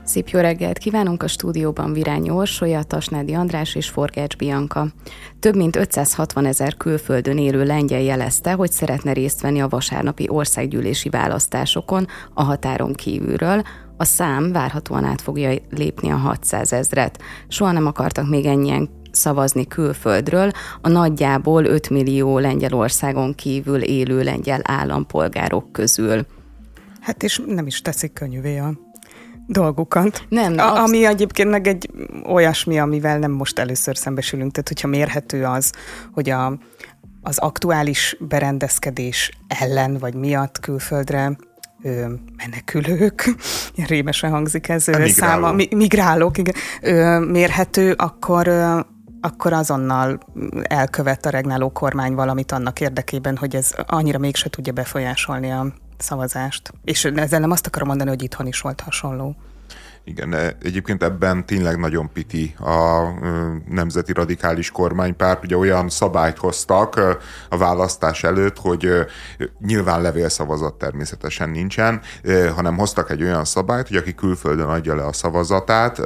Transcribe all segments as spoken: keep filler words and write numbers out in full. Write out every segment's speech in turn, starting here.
Szép jó reggelt kívánunk, a stúdióban Virányi Orsolya, Tasnádi András és Forgács Bianka. Több mint ötszázhatvan ezer külföldön élő lengyel jelezte, hogy szeretne részt venni a vasárnapi országgyűlési választásokon a határon kívülről. A szám várhatóan át fogja lépni a hatszázezret. Soha nem akartak még ennyien szavazni külföldről, a nagyjából öt millió Lengyelországon kívül élő lengyel állampolgárok közül. Hát és nem is teszik könnyűvé a dolgukat. Nem, a, absz- ami egyébként meg egy olyasmi, amivel nem most először szembesülünk. Tehát, hogyha mérhető az, hogy a, az aktuális berendezkedés ellen vagy miatt külföldre ö, menekülők, rémesen hangzik ez, migráló. száma, mi, migrálók, igen, ö, mérhető, akkor ö, akkor azonnal elkövet a regnáló kormány valamit annak érdekében, hogy ez annyira mégse tudja befolyásolni a szavazást. És ezzel nem azt akarom mondani, hogy itthon is volt hasonló. Igen, egyébként ebben tényleg nagyon piti a nemzeti radikális kormánypárt. Ugye olyan szabályt hoztak a választás előtt, hogy nyilván levélszavazat természetesen nincsen, hanem hoztak egy olyan szabályt, hogy aki külföldön adja le a szavazatát,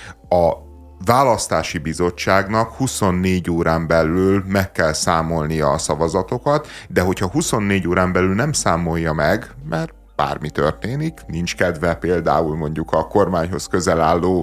a választási bizottságnak huszonnégy órán belül meg kell számolnia a szavazatokat, de hogyha huszonnégy órán belül nem számolja meg, mert bármi történik, nincs kedve például mondjuk a kormányhoz közel álló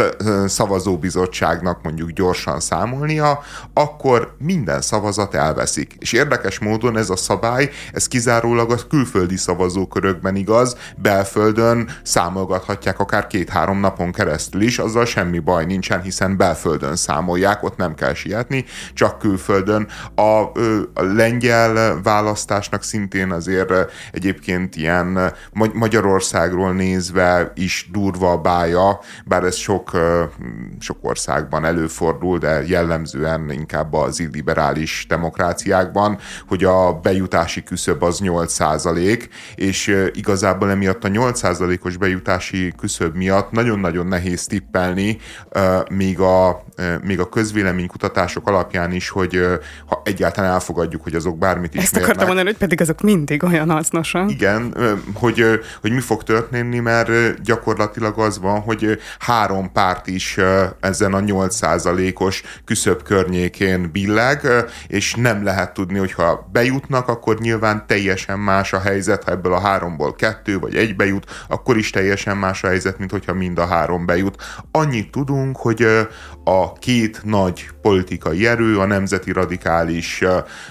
szavazóbizottságnak mondjuk gyorsan számolnia, akkor minden szavazat elveszik. És érdekes módon ez a szabály, ez kizárólag a külföldi szavazókörökben igaz, belföldön számolgathatják akár két-három napon keresztül is, azzal semmi baj nincsen, hiszen belföldön számolják, ott nem kell sietni, csak külföldön. A, a lengyel választásnak szintén azért egyébként ilyen Magyarországról nézve is durva a bája, bár ez sok, sok országban előfordul, de jellemzően inkább az illiberális demokráciákban, hogy a bejutási küszöb az nyolc százalék, és igazából emiatt a nyolc százalékos bejutási küszöb miatt nagyon-nagyon nehéz tippelni, még a, még a közvéleménykutatások alapján is, hogy ha egyáltalán elfogadjuk, hogy azok bármit is Ezt akartam mérnek. mondani, hogy pedig azok mindig olyan hasznosak. Igen, hogy, hogy mi fog történni, mert gyakorlatilag az van, hogy három párt is ezen a nyolc százalékos küszöb környékén billeg, és nem lehet tudni, hogyha bejutnak, akkor nyilván teljesen más a helyzet, ha ebből a háromból kettő vagy egy bejut, akkor is teljesen más a helyzet, mint hogyha mind a három bejut. Annyit tudunk, hogy a két nagy politikai erő, a nemzeti radikális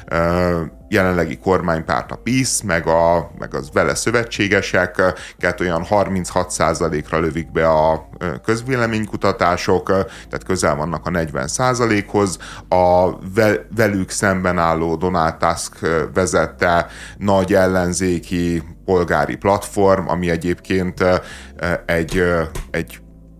jelenlegi kormánypárt, a PiS, meg, a, meg az vele szövetségesek, olyan harminchat százalékra lövik be a közvéleménykutatások, tehát közel vannak a negyven százalékhoz. A velük szemben álló Donald Tusk vezette nagy ellenzéki polgári platform, ami egyébként egy, egy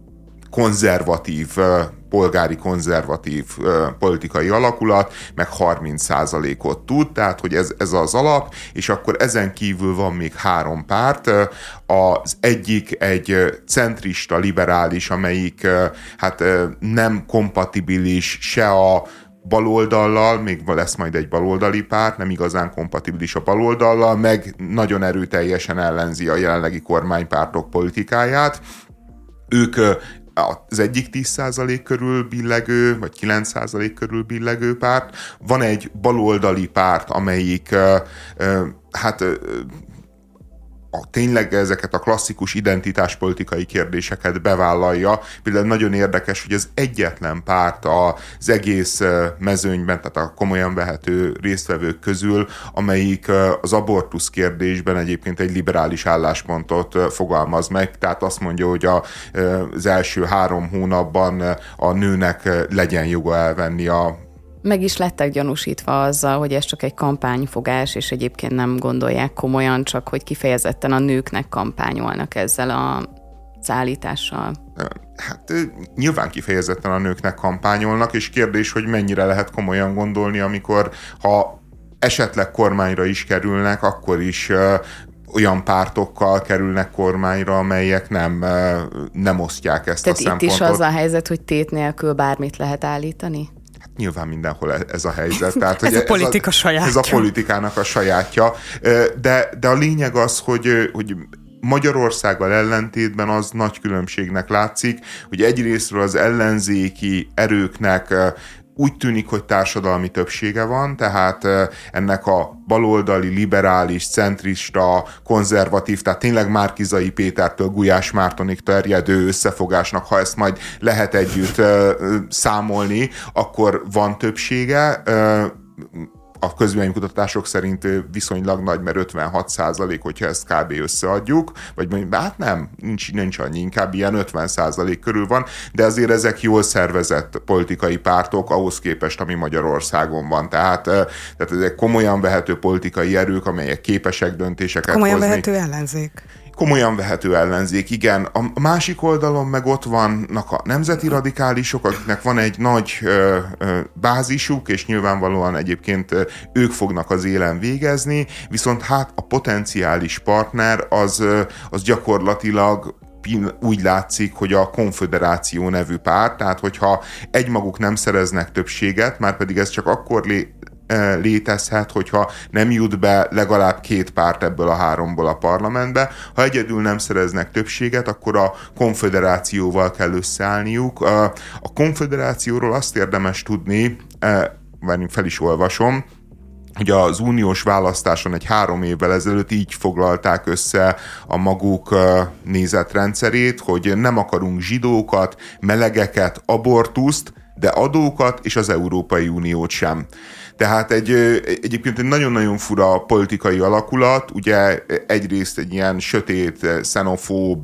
konzervatív polgári konzervatív uh, politikai alakulat, meg harminc százalékot tud, tehát hogy ez, ez az alap, és akkor ezen kívül van még három párt. Az egyik egy centrista, liberális, amelyik uh, hát uh, nem kompatibilis se a baloldallal, még lesz majd egy baloldali párt, nem igazán kompatibilis a baloldallal, meg nagyon erőteljesen ellenzi a jelenlegi kormánypártok politikáját. Ők az egyik tíz százalék körül billegő, vagy kilenc százalék körül billegő párt. Van egy baloldali párt, amelyik hát a, tényleg ezeket a klasszikus identitáspolitikai kérdéseket bevállalja. Például nagyon érdekes, hogy az egyetlen párt az egész mezőnyben, tehát a komolyan vehető résztvevők közül, amelyik az abortusz kérdésben egyébként egy liberális álláspontot fogalmaz meg. Tehát azt mondja, hogy a, az első három hónapban a nőnek legyen joga elvenni a Meg is lettek gyanúsítva azzal, hogy ez csak egy kampányfogás, és egyébként nem gondolják komolyan, csak hogy kifejezetten a nőknek kampányolnak ezzel a állítással. Hát nyilván kifejezetten a nőknek kampányolnak, és kérdés, hogy mennyire lehet komolyan gondolni, amikor ha esetleg kormányra is kerülnek, akkor is olyan pártokkal kerülnek kormányra, amelyek nem, nem osztják ezt Tehát a szempontot. Tehát itt is az a helyzet, hogy tét nélkül bármit lehet állítani? Nyilván mindenhol ez a helyzet. Tehát, ez hogy a politika ez a, sajátja. Ez a politikának a sajátja. De, de a lényeg az, hogy, hogy Magyarországgal ellentétben az nagy különbségnek látszik, hogy egyrésztről az ellenzéki erőknek úgy tűnik, hogy társadalmi többsége van, tehát ennek a baloldali, liberális, centrista, konzervatív, tehát tényleg Márki-Zay Pétertől Gulyás Mártonig terjedő összefogásnak, ha ezt majd lehet együtt számolni, akkor van többsége. A közvéleménykutatások szerint viszonylag nagy, mert ötvenhat százalék, hogyha ezt kb. Összeadjuk, vagy mondjuk, hát nem, nincs, nincs annyi, inkább ilyen ötven százalék körül van, de azért ezek jól szervezett politikai pártok ahhoz képest, ami Magyarországon van. Tehát, tehát ezek komolyan vehető politikai erők, amelyek képesek döntéseket komolyan hozni. Komolyan vehető ellenzék. Komolyan vehető ellenzék, igen. A másik oldalon meg ott vannak a nemzeti radikálisok, akiknek van egy nagy ö, ö, bázisuk, és nyilvánvalóan egyébként ők fognak az élen végezni, viszont hát a potenciális partner az, az gyakorlatilag úgy látszik, hogy a Konföderáció nevű párt, tehát hogyha egymaguk nem szereznek többséget, már pedig ez csak akkor lé- létezhet, hogyha nem jut be legalább két párt ebből a háromból a parlamentbe. Ha egyedül nem szereznek többséget, akkor a Konföderációval kell összeállniuk. A Konföderációról azt érdemes tudni, várjunk, fel is olvasom, hogy az uniós választáson egy három évvel ezelőtt így foglalták össze a maguk nézetrendszerét, hogy nem akarunk zsidókat, melegeket, abortuszt, de adókat és az Európai Uniót sem. Tehát egy, egyébként egy nagyon-nagyon fura politikai alakulat, ugye egyrészt egy ilyen sötét, xenofób,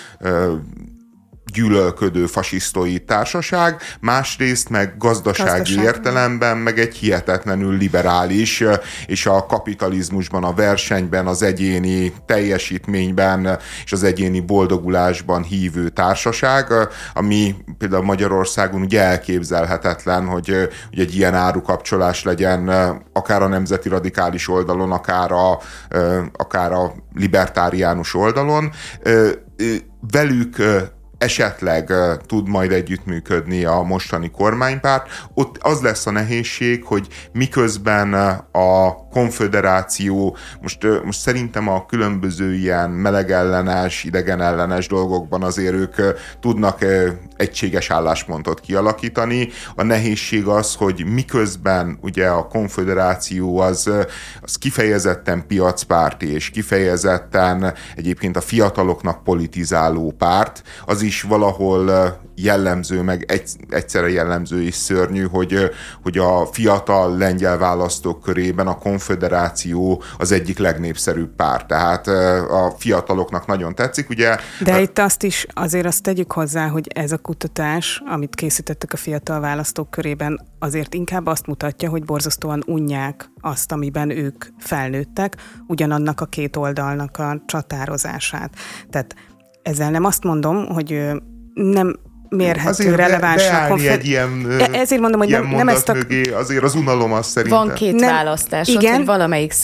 gyűlölködő fasisztói társaság, másrészt meg gazdasági Gazdaság. értelemben meg egy hihetetlenül liberális, és a kapitalizmusban, a versenyben, az egyéni teljesítményben és az egyéni boldogulásban hívő társaság, ami például Magyarországon ugye elképzelhetetlen, hogy, hogy egy ilyen árukapcsolás legyen akár a nemzeti radikális oldalon, akár a, akár a libertáriánus oldalon. Velük esetleg uh, tud majd együttműködni a mostani kormánypárt. Ott az lesz a nehézség, hogy miközben uh, a Konföderáció, most, uh, most szerintem a különböző ilyen melegellenes, idegenellenes dolgokban azért ők uh, tudnak uh, egységes álláspontot kialakítani. A nehézség az, hogy miközben ugye a Konföderáció az, uh, az kifejezetten piacpárti, és kifejezetten egyébként a fiataloknak politizáló párt, az is is valahol jellemző, meg egy, egyszerre jellemző és szörnyű, hogy, hogy a fiatal lengyel választók körében a Konföderáció az egyik legnépszerűbb párt. Tehát a fiataloknak nagyon tetszik, ugye? De itt azt is, azért azt tegyük hozzá, hogy ez a kutatás, amit készítettek a fiatal választók körében, azért inkább azt mutatja, hogy borzasztóan unják azt, amiben ők felnőttek, ugyanannak a két oldalnak a csatározását. Tehát ezzel nem azt mondom, hogy nem mérhető, azért releváns a konfed... egy ilyen, ezért mondom, hogy nem, nem ezt a... mögé, azért az unalom az szerintem. Van két nem, választásod, igen? Hogy valamelyik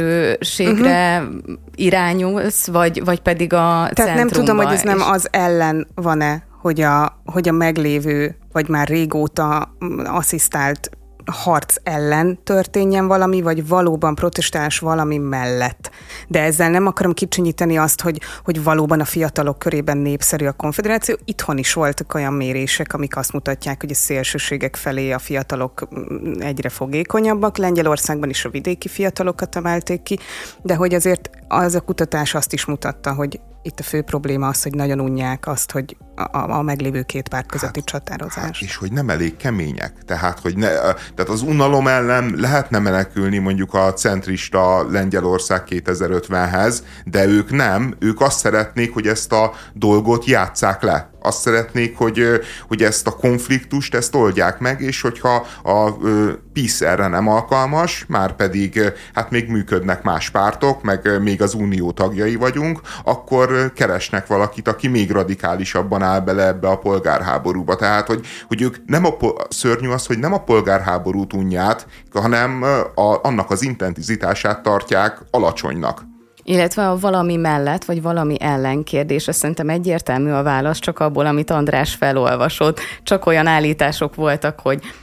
szélsőségre uh-huh. irányulsz, vagy, vagy pedig a Tehát centrumba. nem tudom, hogy ez nem az ellen van-e, hogy a, hogy a meglévő, vagy már régóta asszisztált harc ellen történjen valami, vagy valóban protestáns valami mellett. De ezzel nem akarom kicsinyíteni azt, hogy, hogy valóban a fiatalok körében népszerű a Konföderáció. Itthon is voltak olyan mérések, amik azt mutatják, hogy a szélsőségek felé a fiatalok egyre fogékonyabbak. Lengyelországban is a vidéki fiatalokat emelték ki, de hogy azért az a kutatás azt is mutatta, hogy itt a fő probléma az, hogy nagyon unják azt, hogy a, a meglévő két párt közötti hát, csatározás. Hát, és hogy nem elég kemények. Tehát, hogy ne, tehát az unalom ellen lehetne menekülni mondjuk a centrista Lengyelország kétezer-ötvenhez, de ők nem. Ők azt szeretnék, hogy ezt a dolgot játsszák le. Azt szeretnék, hogy, hogy ezt a konfliktust ezt oldják meg, és hogyha a PiS erre nem alkalmas, már pedig hát még működnek más pártok, meg még az unió tagjai vagyunk, akkor keresnek valakit, aki még radikálisabban áll bele ebbe a polgárháborúba. Tehát, hogy, hogy ők nem a szörnyű az, hogy nem a polgárháborút unját, hanem a, annak az intenzitását tartják alacsonynak. Illetve a valami mellett, vagy valami ellen kérdése szerintem egyértelmű a válasz, csak abból, amit András felolvasott. Csak olyan állítások voltak, hogy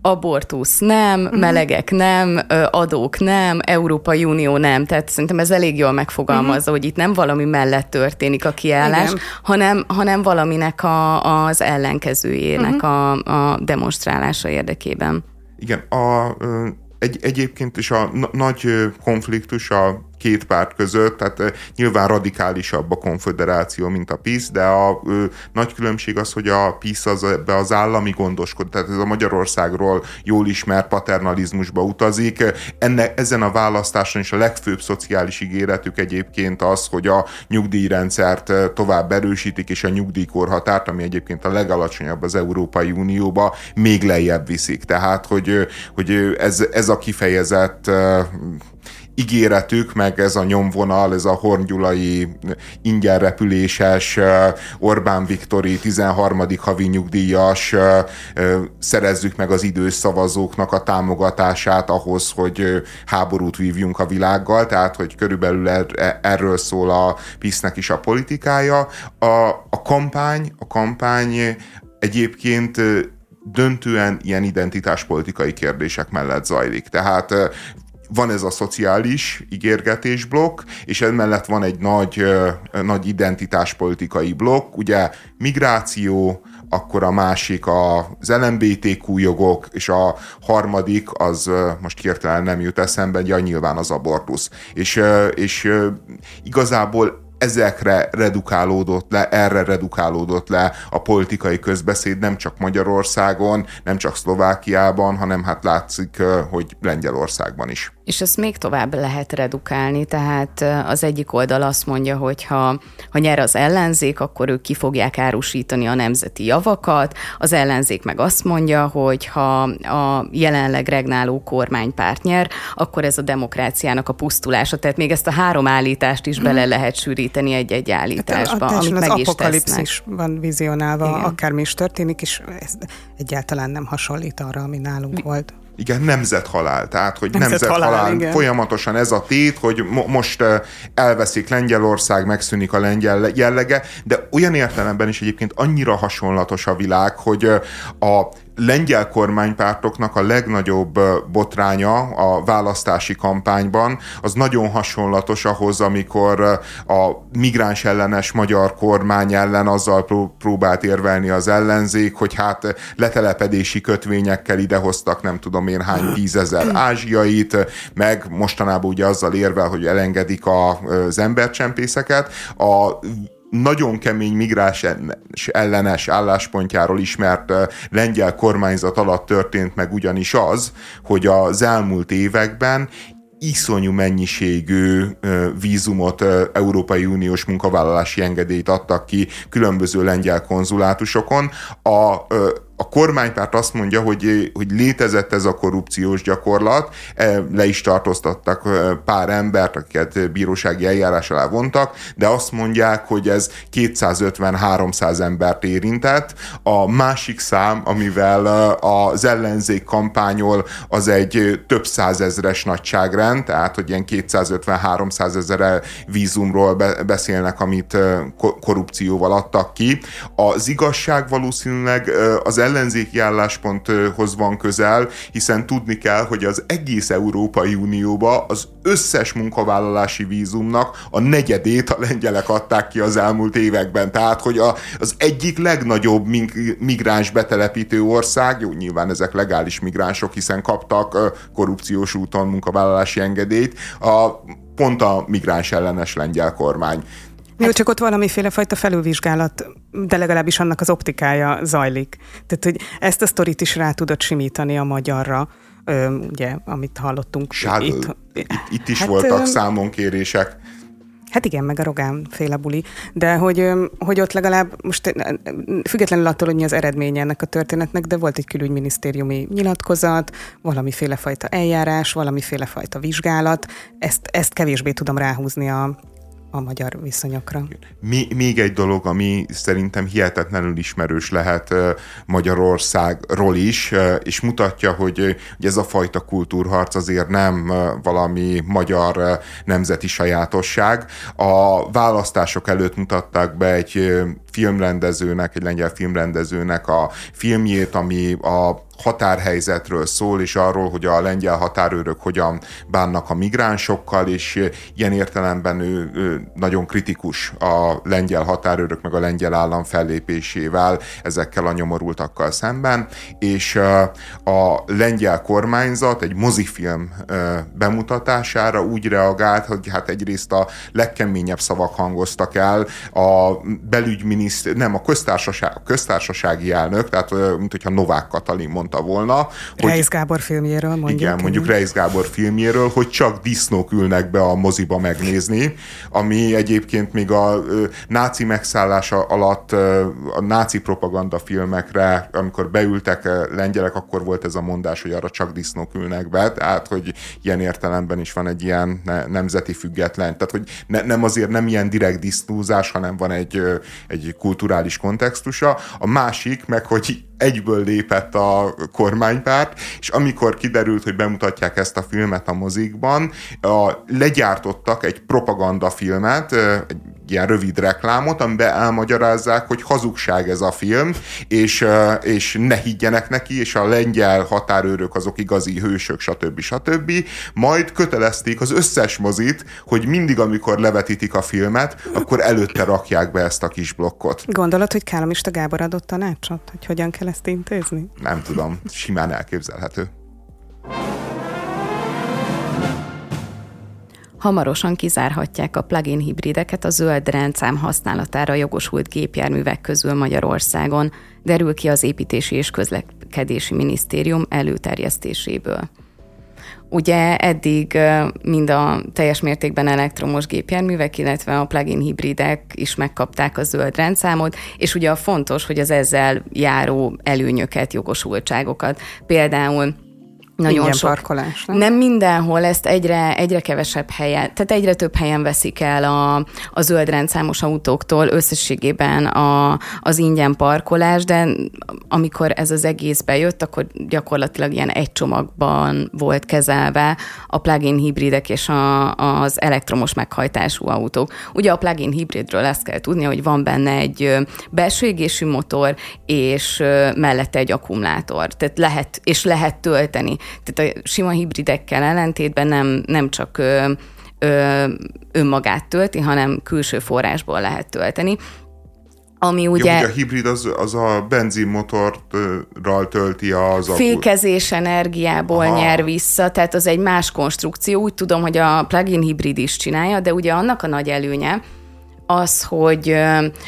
abortusz nem, uh-huh. melegek nem, adók nem, Európai Unió nem. Tehát szerintem ez elég jól megfogalmazza, uh-huh. hogy itt nem valami mellett történik a kiállás, hanem, hanem valaminek a, az ellenkezőjének uh-huh. a, a demonstrálása érdekében. Igen, a, egy, egyébként is a n- nagy konfliktus a két párt között, tehát nyilván radikálisabb a konföderáció, mint a PiS, de a ö, nagy különbség az, hogy a PiS az ebbe az állami gondoskodás, tehát ez a Magyarországról jól ismert paternalizmusba utazik. Enne, ezen a választáson is a legfőbb szociális ígéretük egyébként az, hogy a nyugdíjrendszert tovább erősítik, és a nyugdíjkorhatárt, ami egyébként a legalacsonyabb az Európai Unióba, még lejjebb viszik. Tehát, hogy, hogy ez, ez a kifejezett ígéretük, meg ez a nyomvonal, ez a horngyulai ingyen repüléses Orbán Viktori tizenharmadik havi nyugdíjas, szerezzük meg az idős szavazóknak a támogatását ahhoz, hogy háborút vívjunk a világgal, tehát hogy körülbelül er, erről szól a PiS-nek is a politikája. A, a kampány, a kampány egyébként döntően ilyen identitáspolitikai kérdések mellett zajlik. Tehát van ez a szociális ígérgetésblokk, és emellett van egy nagy, nagy identitáspolitikai blokk, ugye migráció, akkor a másik az el em bé té kú jogok, és a harmadik az most hirtelen nem jut eszembe, ja, nyilván az abortusz. És, és igazából ezekre redukálódott le, erre redukálódott le a politikai közbeszéd nem csak Magyarországon, nem csak Szlovákiában, hanem hát látszik, hogy Lengyelországban is. És ezt még tovább lehet redukálni, tehát az egyik oldal azt mondja, hogy ha, ha nyer az ellenzék, akkor ők ki fogják árusítani a nemzeti javakat, az ellenzék meg azt mondja, hogy ha a jelenleg regnáló kormánypárt nyer, akkor ez a demokráciának a pusztulása, tehát még ezt a három állítást is bele lehet sűríteni egy-egy állításba, hát amit az meg is apokalipszis van vizionálva, igen. Akármi is történik, és ez egyáltalán nem hasonlít arra, ami nálunk volt. Igen, nemzethalál. Tehát, hogy nemzethalál, nemzethalál folyamatosan ez a tét, hogy mo- most elveszik Lengyelország, megszűnik a lengyel jellege, de olyan értelemben is egyébként annyira hasonlatos a világ, hogy a lengyel kormánypártoknak a legnagyobb botránya a választási kampányban, az nagyon hasonlatos ahhoz, amikor a migráns ellenes magyar kormány ellen azzal próbált érvelni az ellenzék, hogy hát letelepedési kötvényekkel idehoztak nem tudom én hány tízezer ázsiait, meg mostanában ugye azzal érvel, hogy elengedik az embercsempészeket. A nagyon kemény migráns ellenes álláspontjáról ismert lengyel kormányzat alatt történt meg ugyanis az, hogy az elmúlt években iszonyú mennyiségű vízumot, Európai Uniós munkavállalási engedélyt adtak ki különböző lengyel konzulátusokon. A A kormánypárt azt mondja, hogy, hogy létezett ez a korrupciós gyakorlat, le is tartóztattak pár embert, akiket bírósági eljárás alá vontak, de azt mondják, hogy ez kétszázötven-háromszáz embert érintett. A másik szám, amivel az ellenzék kampányol, az egy több százezres nagyságrend, tehát hogy ilyen kétszázötven-háromszáz ezer vízumról beszélnek, amit korrupcióval adtak ki. Az igazság valószínűleg az ellenzéki állásponthoz van közel, hiszen tudni kell, hogy az egész Európai Unióba az összes munkavállalási vízumnak a negyedét a lengyelek adták ki az elmúlt években. Tehát, hogy a, az egyik legnagyobb migráns betelepítő ország, jó, nyilván ezek legális migránsok, hiszen kaptak korrupciós úton munkavállalási engedélyt, a, pont a migráns ellenes lengyel kormány. Jó, csak ott valamiféle fajta felülvizsgálat, de legalábbis annak az optikája zajlik. Tehát, hogy ezt a sztorit is rá tudod simítani a magyarra, ö, ugye, amit hallottunk. Sád, itt, itt, itt is hát, voltak ö, számonkérések. Hát igen, meg a Rogán féle buli, de hogy, hogy ott legalább, most függetlenül attól, hogy mi az eredménye ennek a történetnek, de volt egy külügyminisztériumi nyilatkozat, valamiféle fajta eljárás, valamiféle fajta vizsgálat, ezt, ezt kevésbé tudom ráhúzni a a magyar viszonyokra. Még egy dolog, ami szerintem hihetetlenül ismerős lehet Magyarországról is, és mutatja, hogy, hogy ez a fajta kultúrharc azért nem valami magyar nemzeti sajátosság. A választások előtt mutatták be egy filmrendezőnek, egy lengyel filmrendezőnek a filmjét, ami a határhelyzetről szól, és arról, hogy a lengyel határőrök hogyan bánnak a migránsokkal, és ilyen értelemben ő, ő nagyon kritikus a lengyel határőrök meg a lengyel állam fellépésével, ezekkel a nyomorultakkal szemben, és a lengyel kormányzat egy mozifilm bemutatására úgy reagált, hogy hát egyrészt a legkeményebb szavak hangoztak el, a belügyminiszter, nem, a köztársaság, a köztársasági elnök, tehát mint hogyha Novák Katalin mondta volna. Reisz Gábor filmjéről mondjuk. Igen, mondjuk Reisz Gábor filmjéről, hogy csak disznók ülnek be a moziba megnézni, ami egyébként még a ö, náci megszállása alatt ö, a náci propaganda filmekre, amikor beültek ö, lengyelek, akkor volt ez a mondás, hogy arra csak disznók ülnek be, tehát hogy ilyen értelemben is van egy ilyen ne, nemzeti független, tehát hogy ne, nem azért nem ilyen direkt disznózás, hanem van egy, ö, egy kulturális kontextusa. A másik meg, hogy egyből lépett a kormánypárt, és amikor kiderült, hogy bemutatják ezt a filmet a mozikban, a, legyártottak egy propagandafilmet, egy ilyen rövid reklámot, amiben elmagyarázzák, hogy hazugság ez a film, és, és ne higgyenek neki, és a lengyel határőrök azok igazi hősök, stb. stb. Majd kötelezték az összes mozit, hogy mindig, amikor levetítik a filmet, akkor előtte rakják be ezt a kis blokkot. Gondolod, hogy Kállamista Gábor adott tanácsot, hogy hogyan kell ezt intézni? Nem tudom, simán elképzelhető. Hamarosan kizárhatják a plug-in hibrideket a zöld rendszám használatára jogosult gépjárművek közül Magyarországon, derül ki az Építési és Közlekedési Minisztérium előterjesztéséből. Ugye eddig mind a teljes mértékben elektromos gépjárművek, illetve a plug-in hibridek is megkapták a zöld rendszámot, és ugye a fontos, hogy az ezzel járó előnyöket, jogosultságokat, például nagyon Ingyen sok, parkolás, nem? nem mindenhol, ezt egyre, egyre kevesebb helyen, tehát egyre több helyen veszik el a, a zöld rendszámos autóktól összességében a, az ingyen parkolás, de amikor ez az egész bejött, akkor gyakorlatilag ilyen egy csomagban volt kezelve a plug-in hibridek és a, az elektromos meghajtású autók. Ugye a plug-in hibridről ezt kell tudni, hogy van benne egy belső égésű motor, és mellette egy akkumulátor, tehát lehet, és lehet tölteni. Tehát a sima hibridekkel ellentétben nem, nem csak ö, ö, önmagát tölti, hanem külső forrásból lehet tölteni. Ami ugye... Ja, ugye a hibrid az, az a benzinmotorral tölti az... Fékezés energiából Aha. nyer vissza, tehát az egy más konstrukció. Úgy tudom, hogy a plug-in hibrid is csinálja, de ugye annak a nagy előnye az, hogy...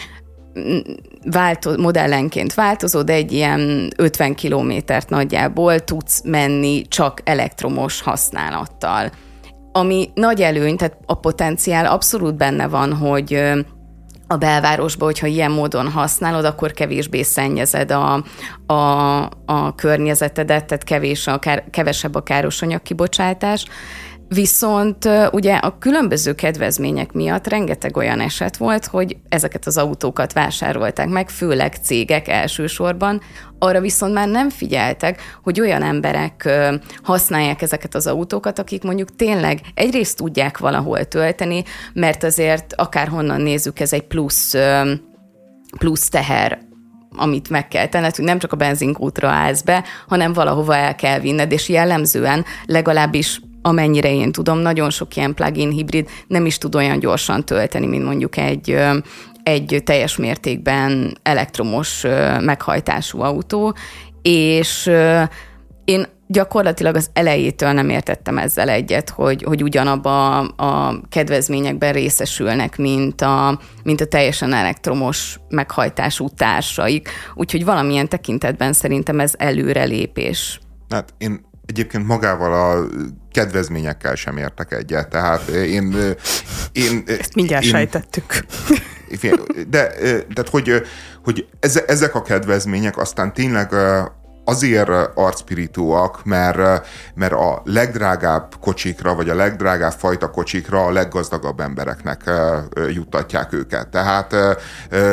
Változ, modellenként változó, de egy ilyen ötven kilométert nagyjából tudsz menni csak elektromos használattal. Ami nagy előny, tehát a potenciál abszolút benne van, hogy a belvárosban, hogyha ilyen módon használod, akkor kevésbé szennyezed a, a, a környezetedet, tehát kevés a kár, kevesebb a káros anyagkibocsátás. Viszont ugye a különböző kedvezmények miatt rengeteg olyan eset volt, hogy ezeket az autókat vásárolták meg, főleg cégek elsősorban, arra viszont már nem figyeltek, hogy olyan emberek használják ezeket az autókat, akik mondjuk tényleg egyrészt tudják valahol tölteni, mert azért akárhonnan nézzük, ez egy plusz, plusz teher, amit meg kell tenned, hogy nem csak a benzinkútra állsz be, hanem valahova el kell vinned, és jellemzően legalábbis amennyire én tudom, nagyon sok ilyen plug-in hibrid nem is tud olyan gyorsan tölteni, mint mondjuk egy, egy teljes mértékben elektromos meghajtású autó, és én gyakorlatilag az elejétől nem értettem ezzel egyet, hogy, hogy ugyanabba a, a kedvezményekben részesülnek, mint a, mint a teljesen elektromos meghajtású társaik. Úgyhogy valamilyen tekintetben szerintem ez előrelépés. Hát én egyébként magával a kedvezményekkel sem értek egyet, tehát én... én Ezt mindjárt én, sejtettük. De, tehát, hogy, hogy ezek a kedvezmények aztán tényleg azért arcpirítúak, mert, mert a legdrágább kocsikra, vagy a legdrágább fajta kocsikra a leggazdagabb embereknek juttatják őket. Tehát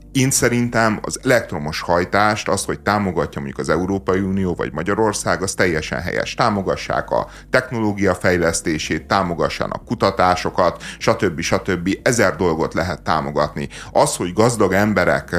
Én szerintem az elektromos hajtást, azt, hogy támogatja mondjuk az Európai Unió vagy Magyarország, az teljesen helyes. Támogassák a technológia fejlesztését, támogassanak kutatásokat, stb. stb. Ezer dolgot lehet támogatni. Az, hogy gazdag emberek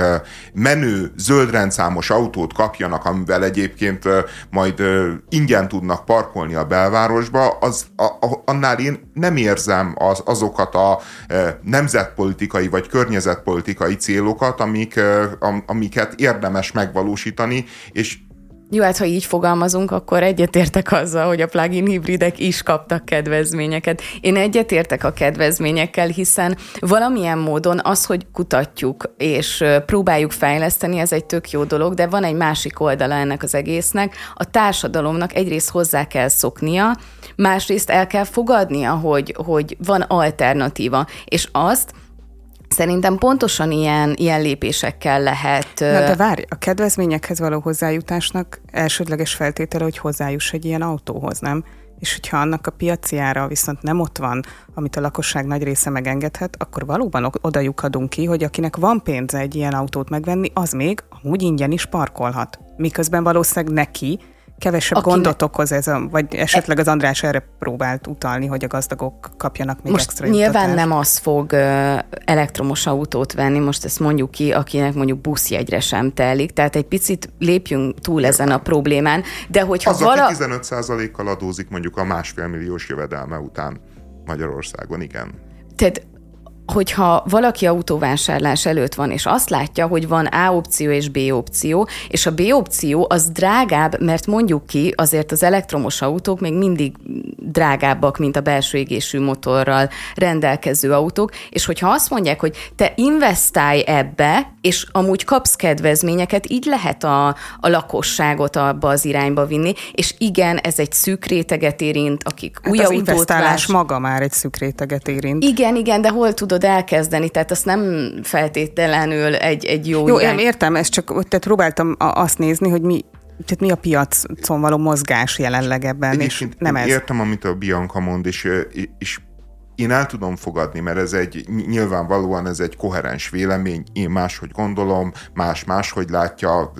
menő, zöldrendszámos autót kapjanak, amivel egyébként majd ingyen tudnak parkolni a belvárosba, az, a, a, annál én nem érzem az, azokat a nemzetpolitikai vagy környezetpolitikai célokat, Amik, amiket érdemes megvalósítani, és jó, hát ha így fogalmazunk, akkor egyetértek azzal, hogy a plug-in hibridek is kaptak kedvezményeket. Én egyetértek a kedvezményekkel, hiszen valamilyen módon az, hogy kutatjuk és próbáljuk fejleszteni, ez egy tök jó dolog, de van egy másik oldala ennek az egésznek. A társadalomnak egyrészt hozzá kell szoknia, másrészt el kell fogadnia, hogy, hogy van alternatíva, és azt szerintem pontosan ilyen, ilyen lépésekkel lehet... Na de várj, a kedvezményekhez való hozzájutásnak elsődleges feltétele, hogy hozzájuss egy ilyen autóhoz, nem? És hogyha annak a piaci ára viszont nem ott van, amit a lakosság nagy része megengedhet, akkor valóban oda lyukadunk ki, hogy akinek van pénze egy ilyen autót megvenni, az még amúgy ingyen is parkolhat. Miközben valószínűleg neki kevesebb Akinek... gondot okoz ez, a, vagy esetleg az András erre próbált utalni, hogy a gazdagok kapjanak még most extra nyilván juttatást. Nem az fog uh, elektromos autót venni, most ezt mondjuk ki, akinek mondjuk buszjegyre sem telik, tehát egy picit lépjünk túl nyilván ezen a problémán, de hogyha az, vala... aki tizenöt százalékkal adózik mondjuk a másfél milliós jövedelme után Magyarországon, igen. Tehát hogyha valaki autóvásárlás előtt van, és azt látja, hogy van A opció és B opció, és a B opció az drágább, mert mondjuk ki, azért az elektromos autók még mindig drágábbak, mint a belső égésű motorral rendelkező autók, és hogyha azt mondják, hogy te investálj ebbe, és amúgy kapsz kedvezményeket, így lehet a, a lakosságot abba az irányba vinni, és igen, ez egy szűk réteget érint, akik hát új az autót investálás vás... maga már egy szűk réteget érint. Igen, igen, de hol tudod elkezdeni, tehát azt nem feltétlenül egy, egy jó, jó irány. Jó, értem, ezt csak tehát próbáltam azt nézni, hogy mi, tehát mi a piacon való mozgás jelenleg ebben, és nem ez. Értem, amit a Bianca mond, és, és én el tudom fogadni, mert ez egy, nyilvánvalóan ez egy koherens vélemény, én máshogy gondolom, más máshogy látja,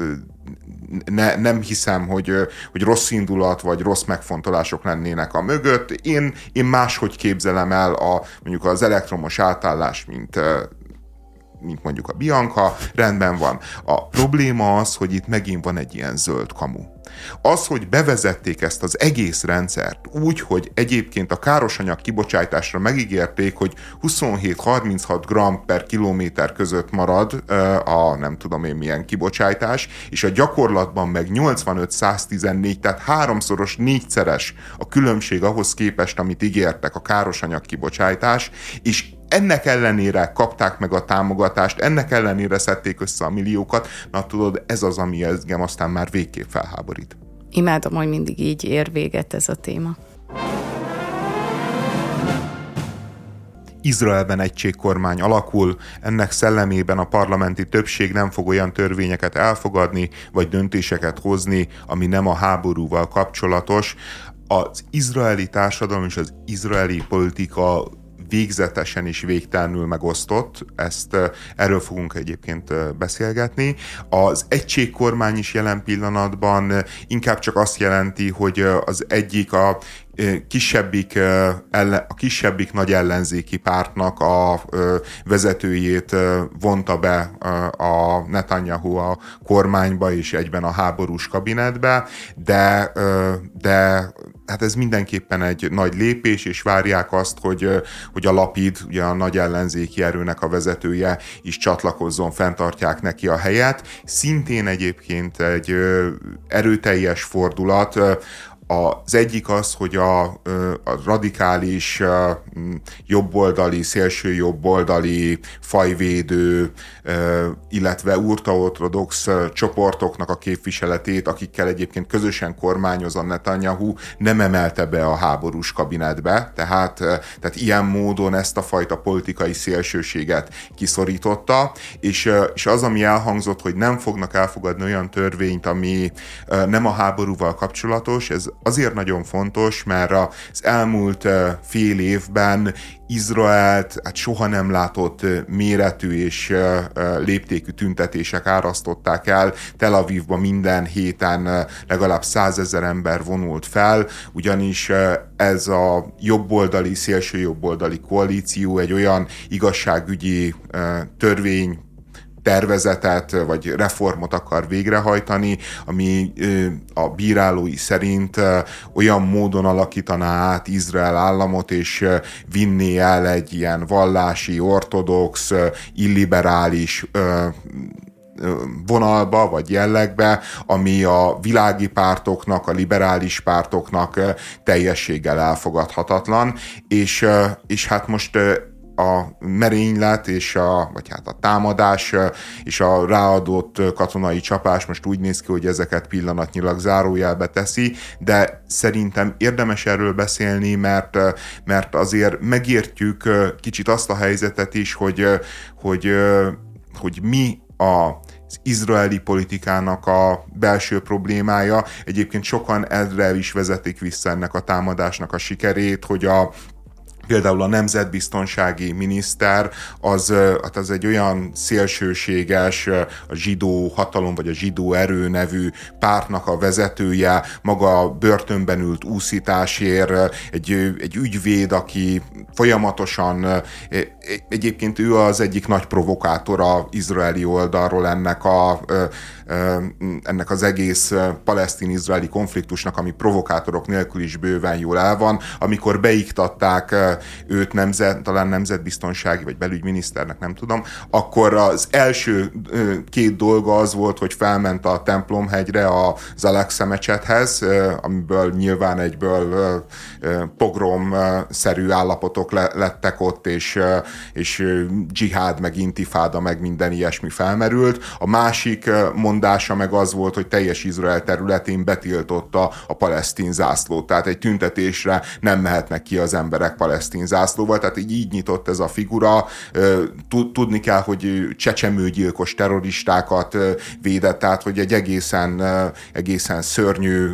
Ne, nem hiszem, hogy, hogy rossz indulat vagy rossz megfontolások lennének a mögött. Én, én máshogy képzelem el a, mondjuk az elektromos átállást, mint, mint mondjuk a Bianca, rendben van. A probléma az, hogy itt megint van egy ilyen zöld kamu. Az, hogy bevezették ezt az egész rendszert úgy, hogy egyébként a károsanyag kibocsátásra megígérték, hogy huszonhét harminchat gramm per kilométer között marad a nem tudom én milyen kibocsátás, és a gyakorlatban meg nyolcvanöt száztizennégy, tehát háromszoros, négyszeres a különbség ahhoz képest, amit ígértek a károsanyag kibocsátás, és ennek ellenére kapták meg a támogatást, ennek ellenére szedték össze a milliókat, na tudod, ez az, ami engem aztán már végképp felháborít. Imádom, hogy mindig így ér véget ez a téma. Izraelben egységkormány alakul, ennek szellemében a parlamenti többség nem fog olyan törvényeket elfogadni, vagy döntéseket hozni, ami nem a háborúval kapcsolatos. Az izraeli társadalom és az izraeli politika végzetesen is végtelenül megosztott, ezt, erről fogunk egyébként beszélgetni. Az egységkormány is jelen pillanatban inkább csak azt jelenti, hogy az egyik a kisebbik, a kisebbik nagy ellenzéki pártnak a vezetőjét vonta be a Netanyahu a kormányba és egyben a háborús kabinetbe, de, de hát ez mindenképpen egy nagy lépés, és várják azt, hogy, hogy a Lapid, ugye a nagy ellenzéki erőnek a vezetője is csatlakozzon, fenntartják neki a helyet. Szintén egyébként egy erőteljes fordulat. Az egyik az, hogy a, a radikális jobboldali, szélső jobboldali, fajvédő, illetve ultraortodox csoportoknak a képviseletét, akikkel egyébként közösen kormányoz a Netanyahu, nem emelte be a háborús kabinetbe, tehát, tehát ilyen módon ezt a fajta politikai szélsőséget kiszorította, és, és az, ami elhangzott, hogy nem fognak elfogadni olyan törvényt, ami nem a háborúval kapcsolatos, ez azért nagyon fontos, mert az elmúlt fél évben Izraelt hát soha nem látott méretű és léptékű tüntetések árasztották el. Tel Avivban minden héten legalább százezer ember vonult fel, ugyanis ez a jobboldali, szélső jobboldali koalíció egy olyan igazságügyi törvény tervezetet vagy reformot akar végrehajtani, ami a bírálói szerint olyan módon alakítaná át Izrael államot, és vinné el egy ilyen vallási, ortodox, illiberális vonalba, vagy jellegbe, ami a világi pártoknak, a liberális pártoknak teljességgel elfogadhatatlan, és, és hát most a merénylet és a, vagy hát a támadás és a ráadott katonai csapás most úgy néz ki, hogy ezeket pillanatnyilag zárójelbe teszi, de szerintem érdemes erről beszélni, mert, mert azért megértjük kicsit azt a helyzetet is, hogy, hogy, hogy mi a az izraeli politikának a belső problémája. Egyébként sokan erre is vezetik vissza ennek a támadásnak a sikerét, hogy a például a nemzetbiztonsági miniszter az, hát az egy olyan szélsőséges, a zsidó hatalom vagy a zsidó erő nevű pártnak a vezetője, maga börtönben ült úszításért, egy, egy ügyvéd, aki folyamatosan, egyébként ő az egyik nagy provokátora izraeli oldalról ennek a ennek az egész palesztin-izraeli konfliktusnak, ami provokátorok nélkül is bőven jól el van. Amikor beiktatták őt nemzet, talán nemzetbiztonsági vagy belügyminiszternek, nem tudom, akkor az első két dolga az volt, hogy felment a Templomhegyre az Al-Aqsa mecsethez, amiből nyilván egyből pogrom-szerű állapotok lettek ott, és, és dzsihád, meg intifáda, meg minden ilyesmi felmerült. A másik mondása meg az volt, hogy teljes Izrael területén betiltotta a palesztin zászlót. Tehát egy tüntetésre nem mehetnek ki az emberek palesztin zászlóval, tehát így, így nyitott ez a figura. Tudni kell, hogy csecsemőgyilkos terroristákat védett, tehát hogy egy egészen, egészen szörnyű.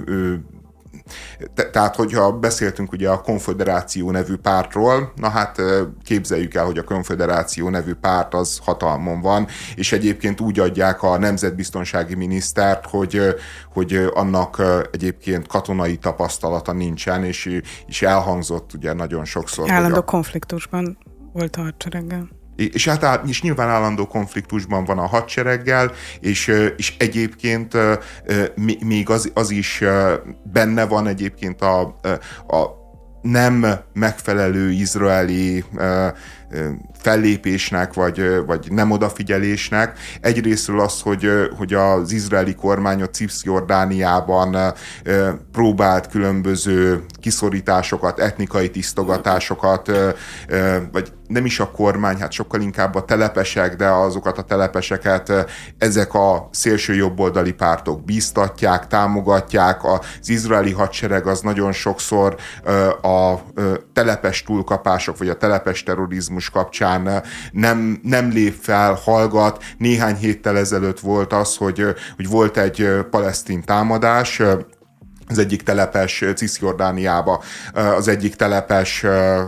Te, tehát, hogyha beszéltünk ugye a Konföderáció nevű pártról, na hát képzeljük el, hogy a Konföderáció nevű párt az hatalmon van, és egyébként úgy adják a nemzetbiztonsági minisztert, hogy, hogy annak egyébként katonai tapasztalata nincsen, és, és elhangzott ugye nagyon sokszor. Állandó a... konfliktusban volt a hadsereggel. És hát és nyilván állandó konfliktusban van a hadsereggel, és, és egyébként még az, az is benne van egyébként a, a nem megfelelő izraeli fellépésnek, vagy, vagy nem odafigyelésnek. Egyrésztről az, hogy, hogy az izraeli kormány a Cisjordániában próbált különböző kiszorításokat, etnikai tisztogatásokat, vagy nem is a kormány, hát sokkal inkább a telepesek, de azokat a telepeseket ezek a szélső jobboldali pártok bíztatják, támogatják. Az izraeli hadsereg az nagyon sokszor a telepes túlkapások, vagy a telepes terrorizmus kapcsán nem, nem lép fel, hallgat. Néhány héttel ezelőtt volt az, hogy, hogy volt egy palesztin támadás, az egyik telepes Cisjordániába, az egyik telepes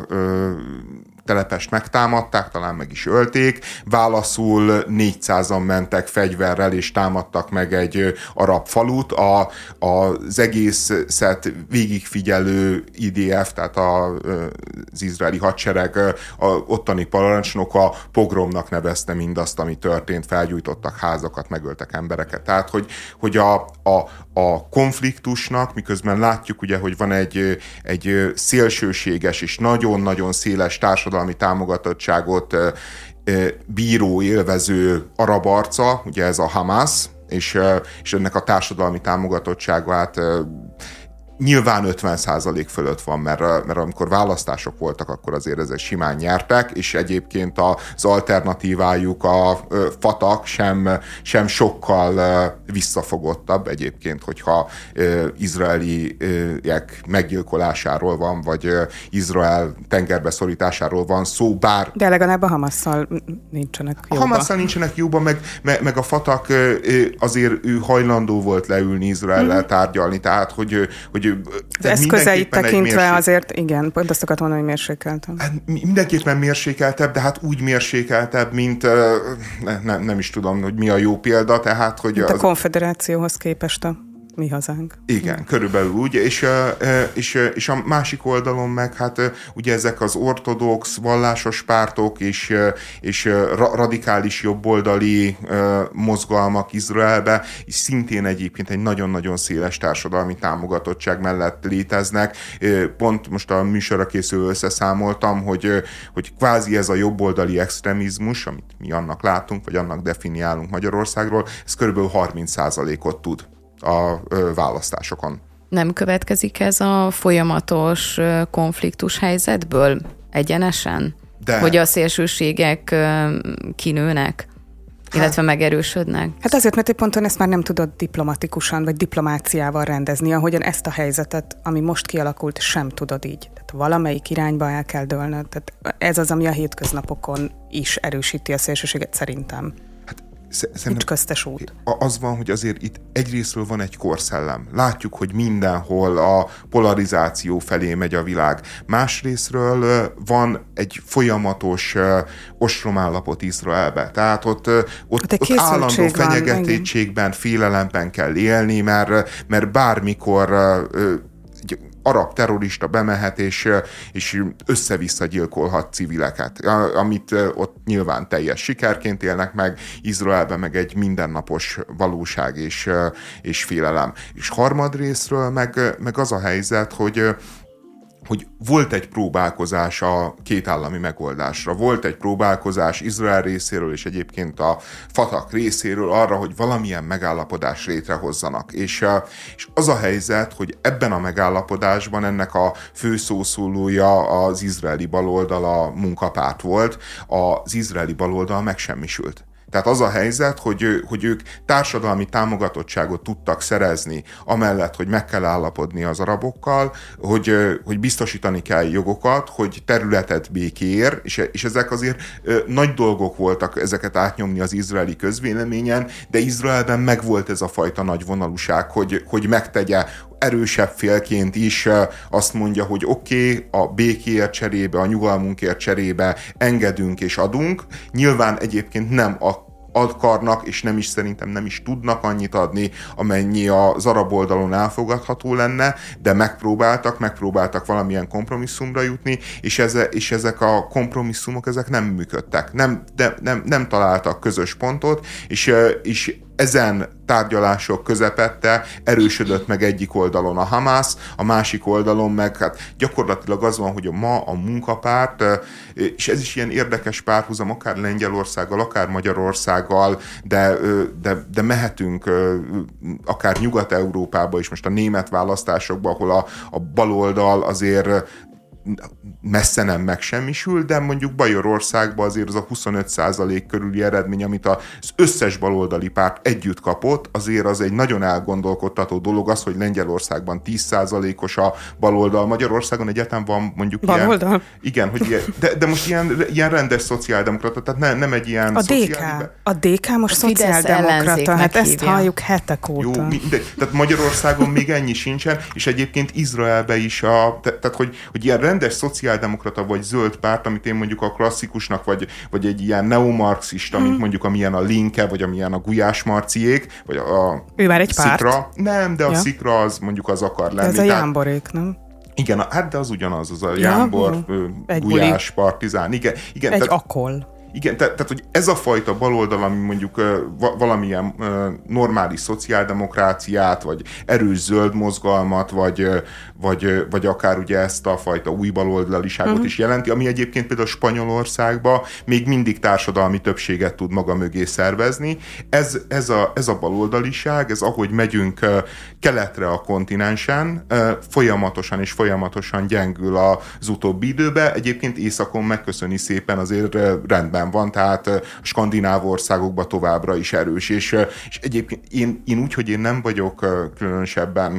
telepest megtámadták, talán meg is ölték, válaszul négyszázan mentek fegyverrel, és támadtak meg egy arab falut. A, az egészet végigfigyelő I D F, tehát a, az izraeli hadsereg a ottani parancsnoka pogromnak nevezte mindazt, ami történt, felgyújtottak házakat, megöltek embereket. Tehát, hogy, hogy a, a, a konfliktusnak, miközben látjuk ugye, hogy van egy, egy szélsőséges és nagyon-nagyon széles társadalmi támogatottságot bíró, élvező arab arca, ugye ez a Hamas, és, és ennek a társadalmi támogatottságát nyilván ötven százalék fölött van, mert, mert amikor választások voltak, akkor azért ezek simán nyertek, és egyébként az alternatívájuk, a Fatah sem, sem sokkal visszafogottabb egyébként, hogyha izraeliek meggyilkolásáról van, vagy Izrael tengerbe szorításáról van szó, bár... De legalább a Hamasszal nincsenek jóba. A Hamasszal nincsenek jóba, meg, meg, meg a Fatah azért ő hajlandó volt leülni Izraellel mm. tárgyalni, tehát hogy, hogy hogy az eszközeit tekintve mérség... azért, igen, pont azt akartam mondani, hogy mérsékeltebb. Hát mindenképpen mérsékeltebb, de hát úgy mérsékeltebb, mint ne, ne, nem is tudom, hogy mi a jó példa, tehát, hogy... Mint az... a konfederációhoz képest a mi hazánk. Igen, körülbelül úgy, és, és, és a másik oldalon meg hát ugye ezek az ortodox, vallásos pártok és, és radikális jobboldali mozgalmak Izraelbe, és szintén egyébként egy nagyon-nagyon széles társadalmi támogatottság mellett léteznek. Pont most a műsorra készülő összeszámoltam, hogy, hogy kvázi ez a jobboldali extremizmus, amit mi annak látunk, vagy annak definiálunk Magyarországról, ez körülbelül harminc százalékot tud a választásokon. Nem következik ez a folyamatos konfliktus helyzetből egyenesen? De... Hogy a szélsőségek kinőnek, illetve hát, megerősödnek? Hát azért, mert egy ponton ezt már nem tudod diplomatikusan, vagy diplomáciával rendezni, ahogyan ezt a helyzetet, ami most kialakult, sem tudod így. Tehát valamelyik irányba el kell dőlnöd. Tehát ez az, ami a hétköznapokon is erősíti a szélsőséget szerintem. Nincs köztes út. Az van, hogy azért itt egyrésztről van egy korszellem. Látjuk, hogy mindenhol a polarizáció felé megy a világ. Másrésztről van egy folyamatos ostromállapot Izraelbe. Tehát ott, ott, ott állandó fenyegetettségben, félelemben kell élni, mert, mert bármikor arab terrorista bemehet, és, és össze-vissza gyilkolhat civileket, amit ott nyilván teljes sikerként élnek meg, Izraelben meg egy mindennapos valóság és, és félelem. És harmadrészről meg, meg az a helyzet, hogy hogy volt egy próbálkozás a kétállami megoldásra. Volt egy próbálkozás Izrael részéről, és egyébként a Fatah részéről arra, hogy valamilyen megállapodás létrehozzanak. És, és az a helyzet, hogy ebben a megállapodásban ennek a fő szószólója az izraeli baloldal, a munkapárt volt, az izraeli baloldal megsemmisült. Tehát az a helyzet, hogy, hogy ők társadalmi támogatottságot tudtak szerezni, amellett, hogy meg kell állapodni az arabokkal, hogy, hogy biztosítani kell jogokat, hogy területet békér, és, és ezek azért nagy dolgok voltak ezeket átnyomni az izraeli közvéleményen, de Izraelben megvolt ez a fajta nagy vonalúság, hogy, hogy megtegye, erősebb félként is azt mondja, hogy oké, okay, a békéért cserébe, a nyugalmunkért cserébe engedünk és adunk. Nyilván egyébként nem a akarnak, és nem is szerintem nem is tudnak annyit adni, amennyi az arab oldalon elfogadható lenne, de megpróbáltak, megpróbáltak valamilyen kompromisszumra jutni, és, eze, és ezek a kompromisszumok, ezek nem működtek. Nem, de, nem, nem találtak közös pontot, és, és ezen tárgyalások közepette erősödött meg egyik oldalon a Hamász, a másik oldalon meg hát gyakorlatilag az van, hogy a ma a munkapárt, és ez is ilyen érdekes párhuzam, akár Lengyelországgal, akár Magyarországgal, de, de, de mehetünk akár Nyugat-Európába is, most a német választásokba, ahol a, a baloldal azért messze nem megsemmisül, de mondjuk Bajorországban azért az a huszonöt százalék körüli eredmény, amit az összes baloldali párt együtt kapott, azért az egy nagyon elgondolkodtató dolog az, hogy Lengyelországban tíz százalékos a baloldal, Magyarországon egyáltalán van mondjuk baloldal? Ilyen... Igen, hogy ilyen, de, de most ilyen, ilyen rendes szociáldemokrata, tehát ne, nem egy ilyen a dé ká, a dé ká most a szociáldemokrata, hát ezt hívja. Halljuk hetek óta. Jó, de, tehát Magyarországon még ennyi sincsen, és egyébként Izraelbe is a, te, tehát hogy, hogy ilyen rendes szociáldemokrata vagy zöld párt, amit én mondjuk a klasszikusnak, vagy, vagy egy ilyen neomarxista, mint mondjuk amilyen a Linke, vagy amilyen a Gulyás Marciék, vagy a ő már egy Szikra. Párt. Nem, de a ja. Szikra az mondjuk az akar lenni. De ez a Jámborék, nem? Igen, hát de az ugyanaz, az a ja, Jámbor, Gulyás, Partizán. Igen, igen, egy tehát, akol. Igen, tehát, tehát, hogy ez a fajta baloldal, ami mondjuk uh, valamilyen uh, normális szociáldemokráciát, vagy erős zöld mozgalmat, vagy, uh, vagy, uh, vagy akár ugye ezt a fajta új baloldaliságot uh-huh. is jelenti, ami egyébként például Spanyolországban még mindig társadalmi többséget tud maga mögé szervezni. Ez, ez, a, ez a baloldaliság, ez ahogy megyünk uh, keletre a kontinensen, uh, folyamatosan és folyamatosan gyengül az utóbbi időben. Egyébként északon megköszöni szépen, azért uh, rendben helyen van, tehát a skandináv országokban továbbra is erős. És, és egyébként én, én úgy, hogy én nem vagyok különösebben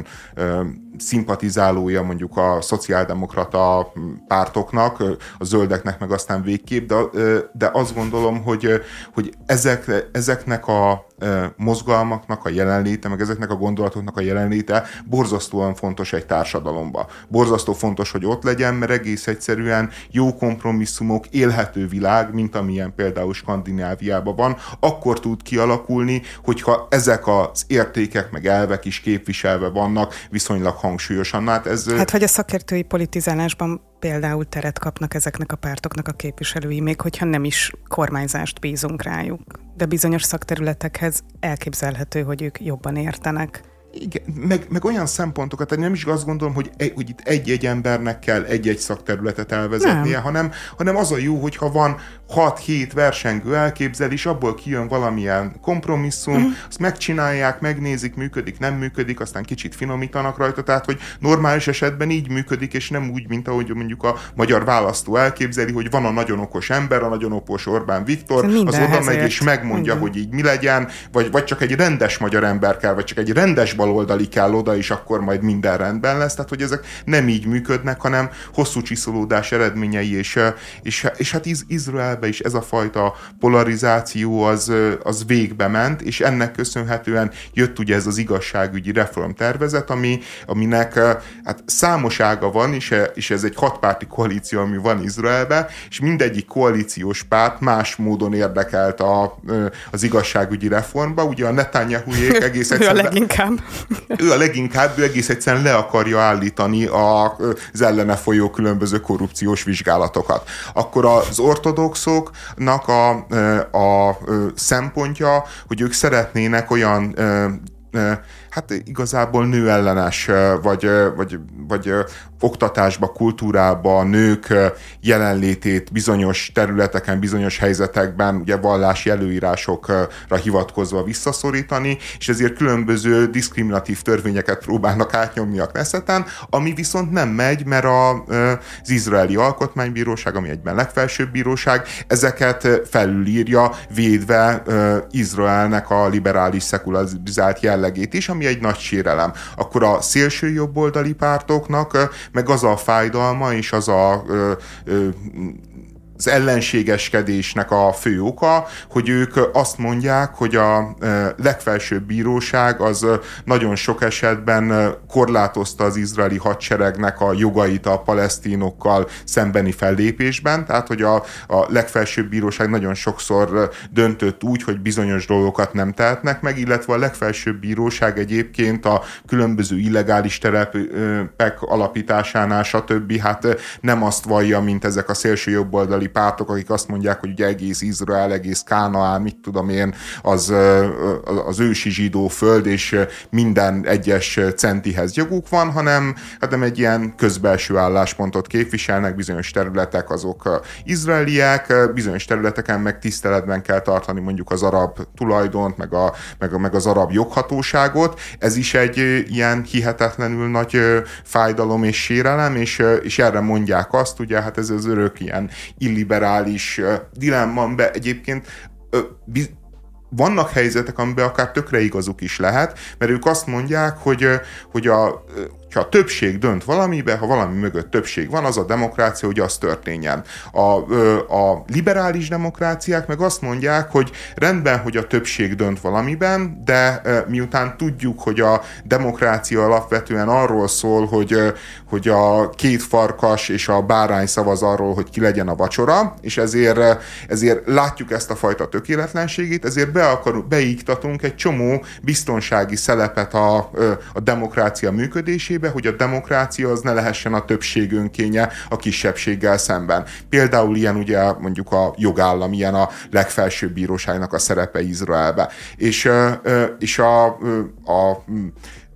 szimpatizálója mondjuk a szociáldemokrata pártoknak, a zöldeknek meg aztán végképp, de, de azt gondolom, hogy, hogy ezek, ezeknek a mozgalmaknak a jelenléte, meg ezeknek a gondolatoknak a jelenléte borzasztóan fontos egy társadalomba. Borzasztó fontos, hogy ott legyen, mert egész egyszerűen jó kompromisszumok, élhető világ, mint amilyen például Skandináviában van, akkor tud kialakulni, hogyha ezek az értékek meg elvek is képviselve vannak viszonylag hangsúlyosan. Hát, ez... hát hogy a szakértői politizálásban például teret kapnak ezeknek a pártoknak a képviselői, még hogyha nem is kormányzást bízunk rájuk. De bizonyos szakterületekhez elképzelhető, hogy ők jobban értenek. Igen, meg, meg olyan szempontokat, tehát nem is azt gondolom, hogy, egy, hogy itt egy-egy embernek kell egy-egy szakterületet elvezetnie, hanem, hanem az a jó, hogyha van hat-hét versengő elképzelés, abból kijön valamilyen kompromisszum, mm. azt megcsinálják, megnézik, működik, nem működik, aztán kicsit finomítanak rajta, tehát hogy normális esetben így működik, és nem úgy, mint ahogy mondjuk a magyar választó elképzeli, hogy van a nagyon okos ember, a nagyon okos Orbán Viktor, az oda megy és megmondja, mm. hogy így mi legyen, vagy, vagy csak egy rendes magyar ember kell, vagy csak egy rendes baloldali kell oda, és akkor majd minden rendben lesz. Tehát, hogy ezek nem így működnek, hanem hosszú csiszolódás eredményei, és, és, és hát Iz- Izraelbe is ez a fajta polarizáció az, az végbe ment, és ennek köszönhetően jött ugye ez az igazságügyi reformtervezet, ami, aminek hát számos ága van, és, és ez egy hatpárti koalíció, ami van Izraelben, és mindegyik koalíciós párt más módon érdekelt a, az igazságügyi reformba. Ugye a Netanyahuék egész egyszerűen... a leginkább. Ő a leginkább, ő egész egyszerűen le akarja állítani az ellene folyó különböző korrupciós vizsgálatokat. Akkor az ortodoxoknak a, a, a szempontja, hogy ők szeretnének olyan hát igazából nőellenes, vagy, vagy, vagy oktatásba, kultúrába, nők jelenlétét bizonyos területeken, bizonyos helyzetekben ugye vallási előírásokra hivatkozva visszaszorítani, és ezért különböző diszkriminatív törvényeket próbálnak átnyomni a Knesseten, ami viszont nem megy, mert az izraeli alkotmánybíróság, ami egyben legfelsőbb bíróság, ezeket felülírja, védve Izraelnek a liberális szekularizált jellegét is, ami egy nagy sérelem. Akkor a szélső jobboldali pártoknak meg az a fájdalma és az a ö, ö, az ellenségeskedésnek a fő oka, hogy ők azt mondják, hogy a legfelsőbb bíróság az nagyon sok esetben korlátozta az izraeli hadseregnek a jogait a palesztinokkal szembeni fellépésben, tehát hogy a, a legfelsőbb bíróság nagyon sokszor döntött úgy, hogy bizonyos dolgokat nem tehetnek meg, illetve a legfelsőbb bíróság egyébként a különböző illegális telepek alapításánál, stb. Hát nem azt vallja, mint ezek a szélső jobboldali pártok, akik azt mondják, hogy ugye egész Izrael, egész Kánaán, mit tudom én, az, az ősi zsidó föld, és minden egyes centihez joguk van, hanem, hanem egy ilyen közbelső álláspontot képviselnek, bizonyos területek azok izraeliek, bizonyos területeken meg tiszteletben kell tartani mondjuk az arab tulajdont, meg, a, meg, a, meg az arab joghatóságot. Ez is egy ilyen hihetetlenül nagy fájdalom és sérelem, és, és erre mondják azt, ugye, hát ez az örök ilyen illiberális dilemma, amiben egyébként biz- vannak helyzetek, amiben akár tökre igazuk is lehet, mert ők azt mondják, hogy, hogy a ha a többség dönt valamibe, ha valami mögött többség van, az a demokrácia, hogy az történjen. A, a liberális demokráciák meg azt mondják, hogy rendben, hogy a többség dönt valamiben, de miután tudjuk, hogy a demokrácia alapvetően arról szól, hogy, hogy a két farkas és a bárány szavaz arról, hogy ki legyen a vacsora, és ezért, ezért látjuk ezt a fajta tökéletlenségét, ezért be akarunk, beiktatunk egy csomó biztonsági szelepet a, a demokrácia működésébe, hogy a demokrácia az ne lehessen a többség önkénye a kisebbséggel szemben. Például ilyen ugye mondjuk a jogállam, ilyen a legfelsőbb bíróságnak a szerepe Izraelbe. És, és a, a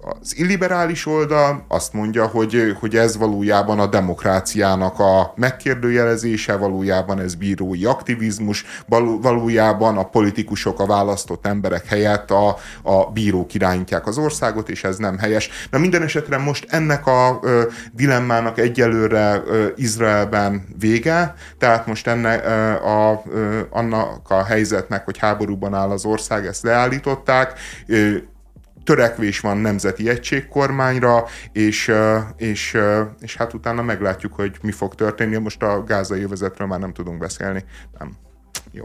az illiberális oldal azt mondja, hogy, hogy ez valójában a demokráciának a megkérdőjelezése, valójában ez bírói aktivizmus, valójában a politikusok, a választott emberek helyett a, a bírók irányítják az országot, és ez nem helyes. Na minden esetre most ennek a ö, dilemmának egyelőre ö, Izraelben vége, tehát most ennek ö, a, ö, annak a helyzetnek, hogy háborúban áll az ország, ezt leállították, ö, törekvés van nemzeti egységkormányra, és, és, és hát utána meglátjuk, hogy mi fog történni. Most a gázai övezetről már nem tudunk beszélni. Nem. Jó.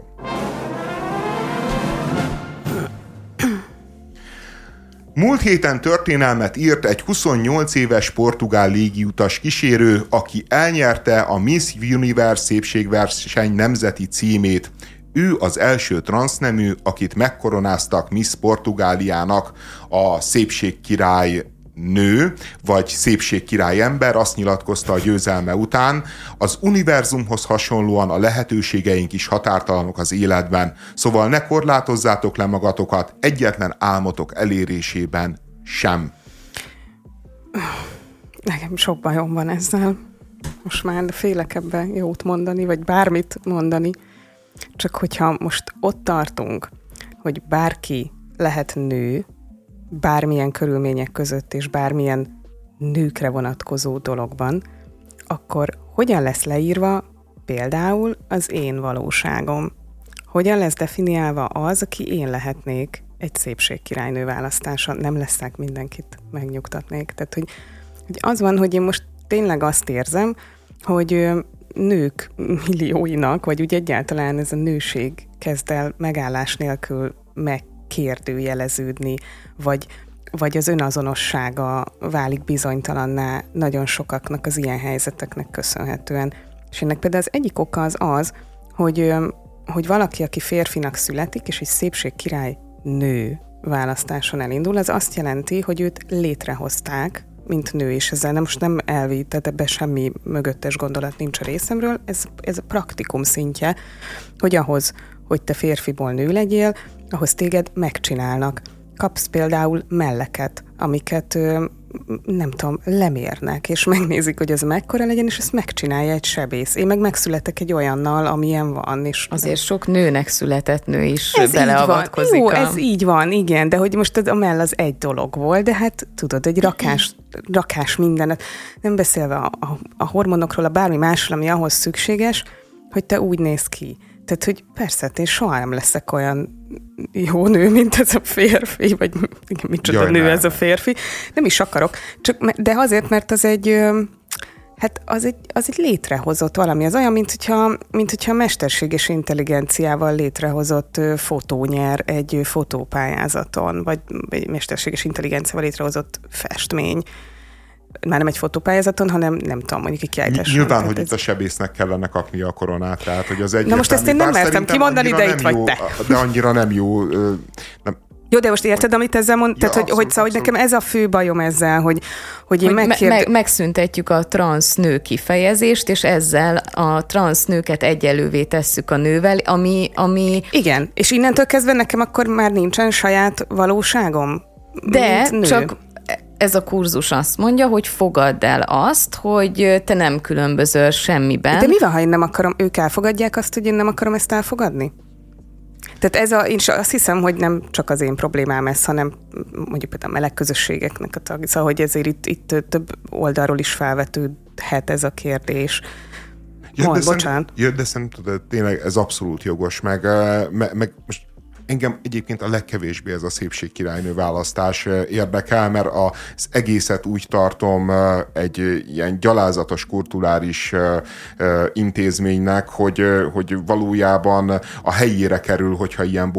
Múlt héten történelmet írt egy huszonnyolc éves portugál légiutas kísérő, aki elnyerte a Miss Universe szépségverseny nemzeti címét. Ő az első transznemű, akit megkoronáztak Miss Portugáliának. A szépségkirály nő, vagy szépségkirály ember azt nyilatkozta a győzelme után: az univerzumhoz hasonlóan a lehetőségeink is határtalanok az életben, szóval ne korlátozzátok le magatokat egyetlen álmotok elérésében sem. Nekem sok bajom van ezzel. Most már félek ebben jót mondani, vagy bármit mondani. Csak hogyha most ott tartunk, hogy bárki lehet nő, bármilyen körülmények között és bármilyen nőkre vonatkozó dologban, akkor hogyan lesz leírva például az én valóságom? Hogyan lesz definiálva az, aki én lehetnék egy szépségkirálynő választáson? Nem lesznek, mindenkit megnyugtatnék. Tehát, hogy, hogy az van, hogy én most tényleg azt érzem, hogy nők millióinak, vagy úgy egyáltalán ez a nőség kezd el megállás nélkül megkérdőjeleződni, vagy, vagy az önazonossága válik bizonytalanná nagyon sokaknak az ilyen helyzeteknek köszönhetően. És ennek például az egyik oka az az, hogy, hogy valaki, aki férfinak születik, és egy szépségkirály nő választáson elindul, az azt jelenti, hogy őt létrehozták, mint nő, és ezzel nem, most nem elvi, tehát ebben semmi mögöttes gondolat nincs a részemről, ez, ez a praktikum szintje, hogy ahhoz, hogy te férfiból nő legyél, ahhoz téged megcsinálnak. Kapsz például melleket, amiket nem tudom, lemérnek, és megnézik, hogy ez mekkora legyen, és ezt megcsinálja egy sebész. Én meg megszületek egy olyannal, amilyen van. És azért sok nőnek született nő is ez beleavatkozik. Jó, a... ez így van, igen, de hogy most a mell az egy dolog volt, de hát tudod, egy rakás, rakás mindenet. Nem beszélve a, a, a hormonokról, a bármi másról, ami ahhoz szükséges, hogy te úgy néz ki. Tehát, hogy persze, én soha nem leszek olyan jó nő, mint ez a férfi, vagy micsoda Jaj, nő nem. ez a férfi. Nem is akarok, csak, de azért, mert az egy, hát az egy, az egy létrehozott valami. Az olyan, mint hogyha, mint hogyha mesterséges intelligenciával létrehozott fotó nyer egy fotópályázaton, vagy egy mesterséges intelligenciával létrehozott festmény. Már nem egy fotópályázaton, hanem nem tudom, mondjuk egy kiállítás. Nyilván, hogy ez... itt a sebésznek kellene kapnia a koronát, tehát hogy az egyértelmű. Na most ezt én nem mertem kimondani, de itt vagy jó, te. De annyira nem jó. Nem. Jó, de most érted, amit ezzel mond? Ja, tehát, hogy, abszolút, hogy, szóval, hogy nekem ez a fő bajom ezzel, hogy, hogy én hogy megkérd... me- megszüntetjük a transznő kifejezést, és ezzel a transznőket egyenlővé tesszük a nővel, ami, ami... Igen, és innentől kezdve nekem akkor már nincsen saját valóságom. De csak... Ez a kurzus azt mondja, hogy fogadd el azt, hogy te nem különbözöl semmiben. De mi van, ha én nem akarom, ők elfogadják azt, hogy én nem akarom ezt elfogadni? Tehát ez a, én azt hiszem, hogy nem csak az én problémám ez, hanem mondjuk például a meleg közösségeknek a tag, szóval, hogy ezért itt, itt több oldalról is felvetődhet ez a kérdés. Mond, bocsánat. Jö, de szerintem tudod, tényleg ez abszolút jogos, meg, meg, meg most engem egyébként a legkevésbé ez a szépségkirálynő választás érdekel, mert az egészet úgy tartom egy ilyen gyalázatos kulturális intézménynek, hogy, hogy valójában a helyére kerül, hogyha ilyen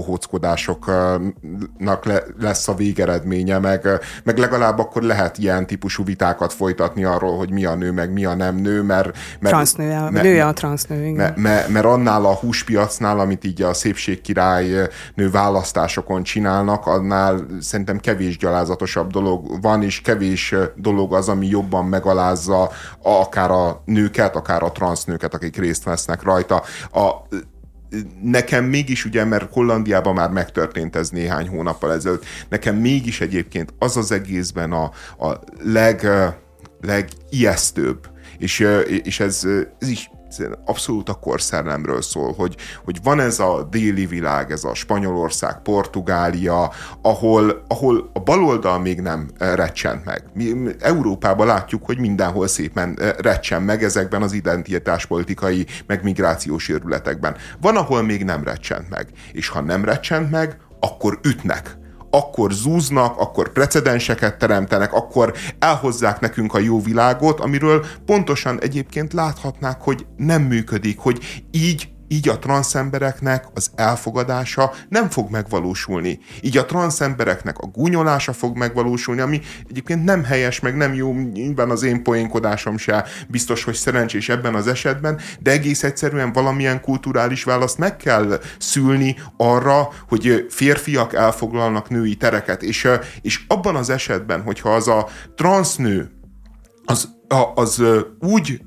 bohóckodásoknak lesz a végeredménye, meg, meg legalább akkor lehet ilyen típusú vitákat folytatni arról, hogy mi a nő, meg mi a nem nő, mert... mert transznő, a nője a transznő, igen. Mert, mert, mert annál a húspiacnál, amit így a szépségkirály nő választásokon csinálnak, annál szerintem kevés gyalázatosabb dolog van, és kevés dolog az, ami jobban megalázza akár a nőket, akár a transznőket, akik részt vesznek rajta. A, nekem mégis ugye, mert Hollandiában már megtörtént ez néhány hónappal ezelőtt, nekem mégis egyébként az az egészben a, a leg, legijesztőbb, és, és ez, ez is abszolút a korszellemről szól, hogy, hogy van ez a déli világ, ez a Spanyolország, Portugália, ahol, ahol a baloldal még nem recsent meg. Mi Európában látjuk, hogy mindenhol szépen recsen meg ezekben az identitáspolitikai, meg migrációs őrületekben. Van, ahol még nem recsent meg. És ha nem recsent meg, akkor ütnek. Akkor zúznak, akkor precedenseket teremtenek, akkor elhozzák nekünk a jó világot, amiről pontosan egyébként láthatnák, hogy nem működik, hogy így, így a transzembereknek az elfogadása nem fog megvalósulni. Így a transzembereknek a gúnyolása fog megvalósulni, ami egyébként nem helyes, meg nem jó, nyilván az én poénkodásom se biztos, hogy szerencsés ebben az esetben, de egész egyszerűen valamilyen kulturális választ meg kell szülni arra, hogy férfiak elfoglalnak női tereket, és, és abban az esetben, hogyha az a transznő az, az úgy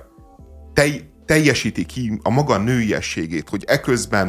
tej teljesíti ki a maga nőiességét, hogy eközben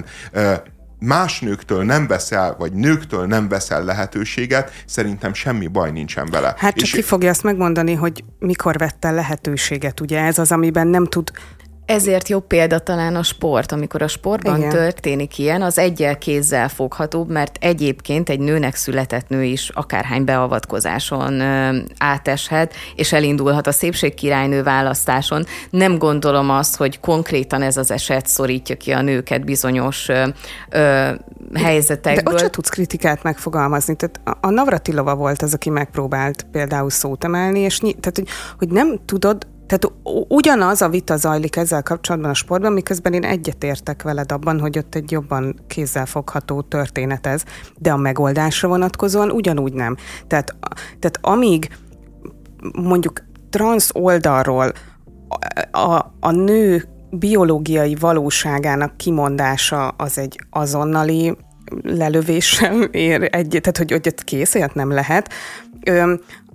más nőktől nem veszel, vagy nőktől nem veszel lehetőséget, szerintem semmi baj nincsen vele. Hát csak és ki fogja azt megmondani, hogy mikor vette lehetőséget, ugye ez az, amiben nem tud... Ezért jobb példa talán a sport. Amikor a sportban Igen. történik ilyen, az egyel kézzel foghatóbb, mert egyébként egy nőnek született nő is akárhány beavatkozáson ö, áteshet, és elindulhat a szépségkirálynő választáson. Nem gondolom azt, hogy konkrétan ez az eset szorítja ki a nőket bizonyos ö, ö, helyzetekből. De ott se tudsz kritikát megfogalmazni. Tehát a Navratilova volt az, aki megpróbált például szót emelni, és ny- tehát, hogy, hogy nem tudod. Tehát ugyanaz a vita zajlik ezzel kapcsolatban a sportban, miközben én egyetértek veled abban, hogy ott egy jobban kézzelfogható történet ez, de a megoldásra vonatkozóan ugyanúgy nem. Tehát, tehát amíg mondjuk transz oldalról a, a, a nő biológiai valóságának kimondása az egy azonnali lelövéssel ér egyet, tehát hogy, hogy ott kész, ilyet nem lehet. Ö,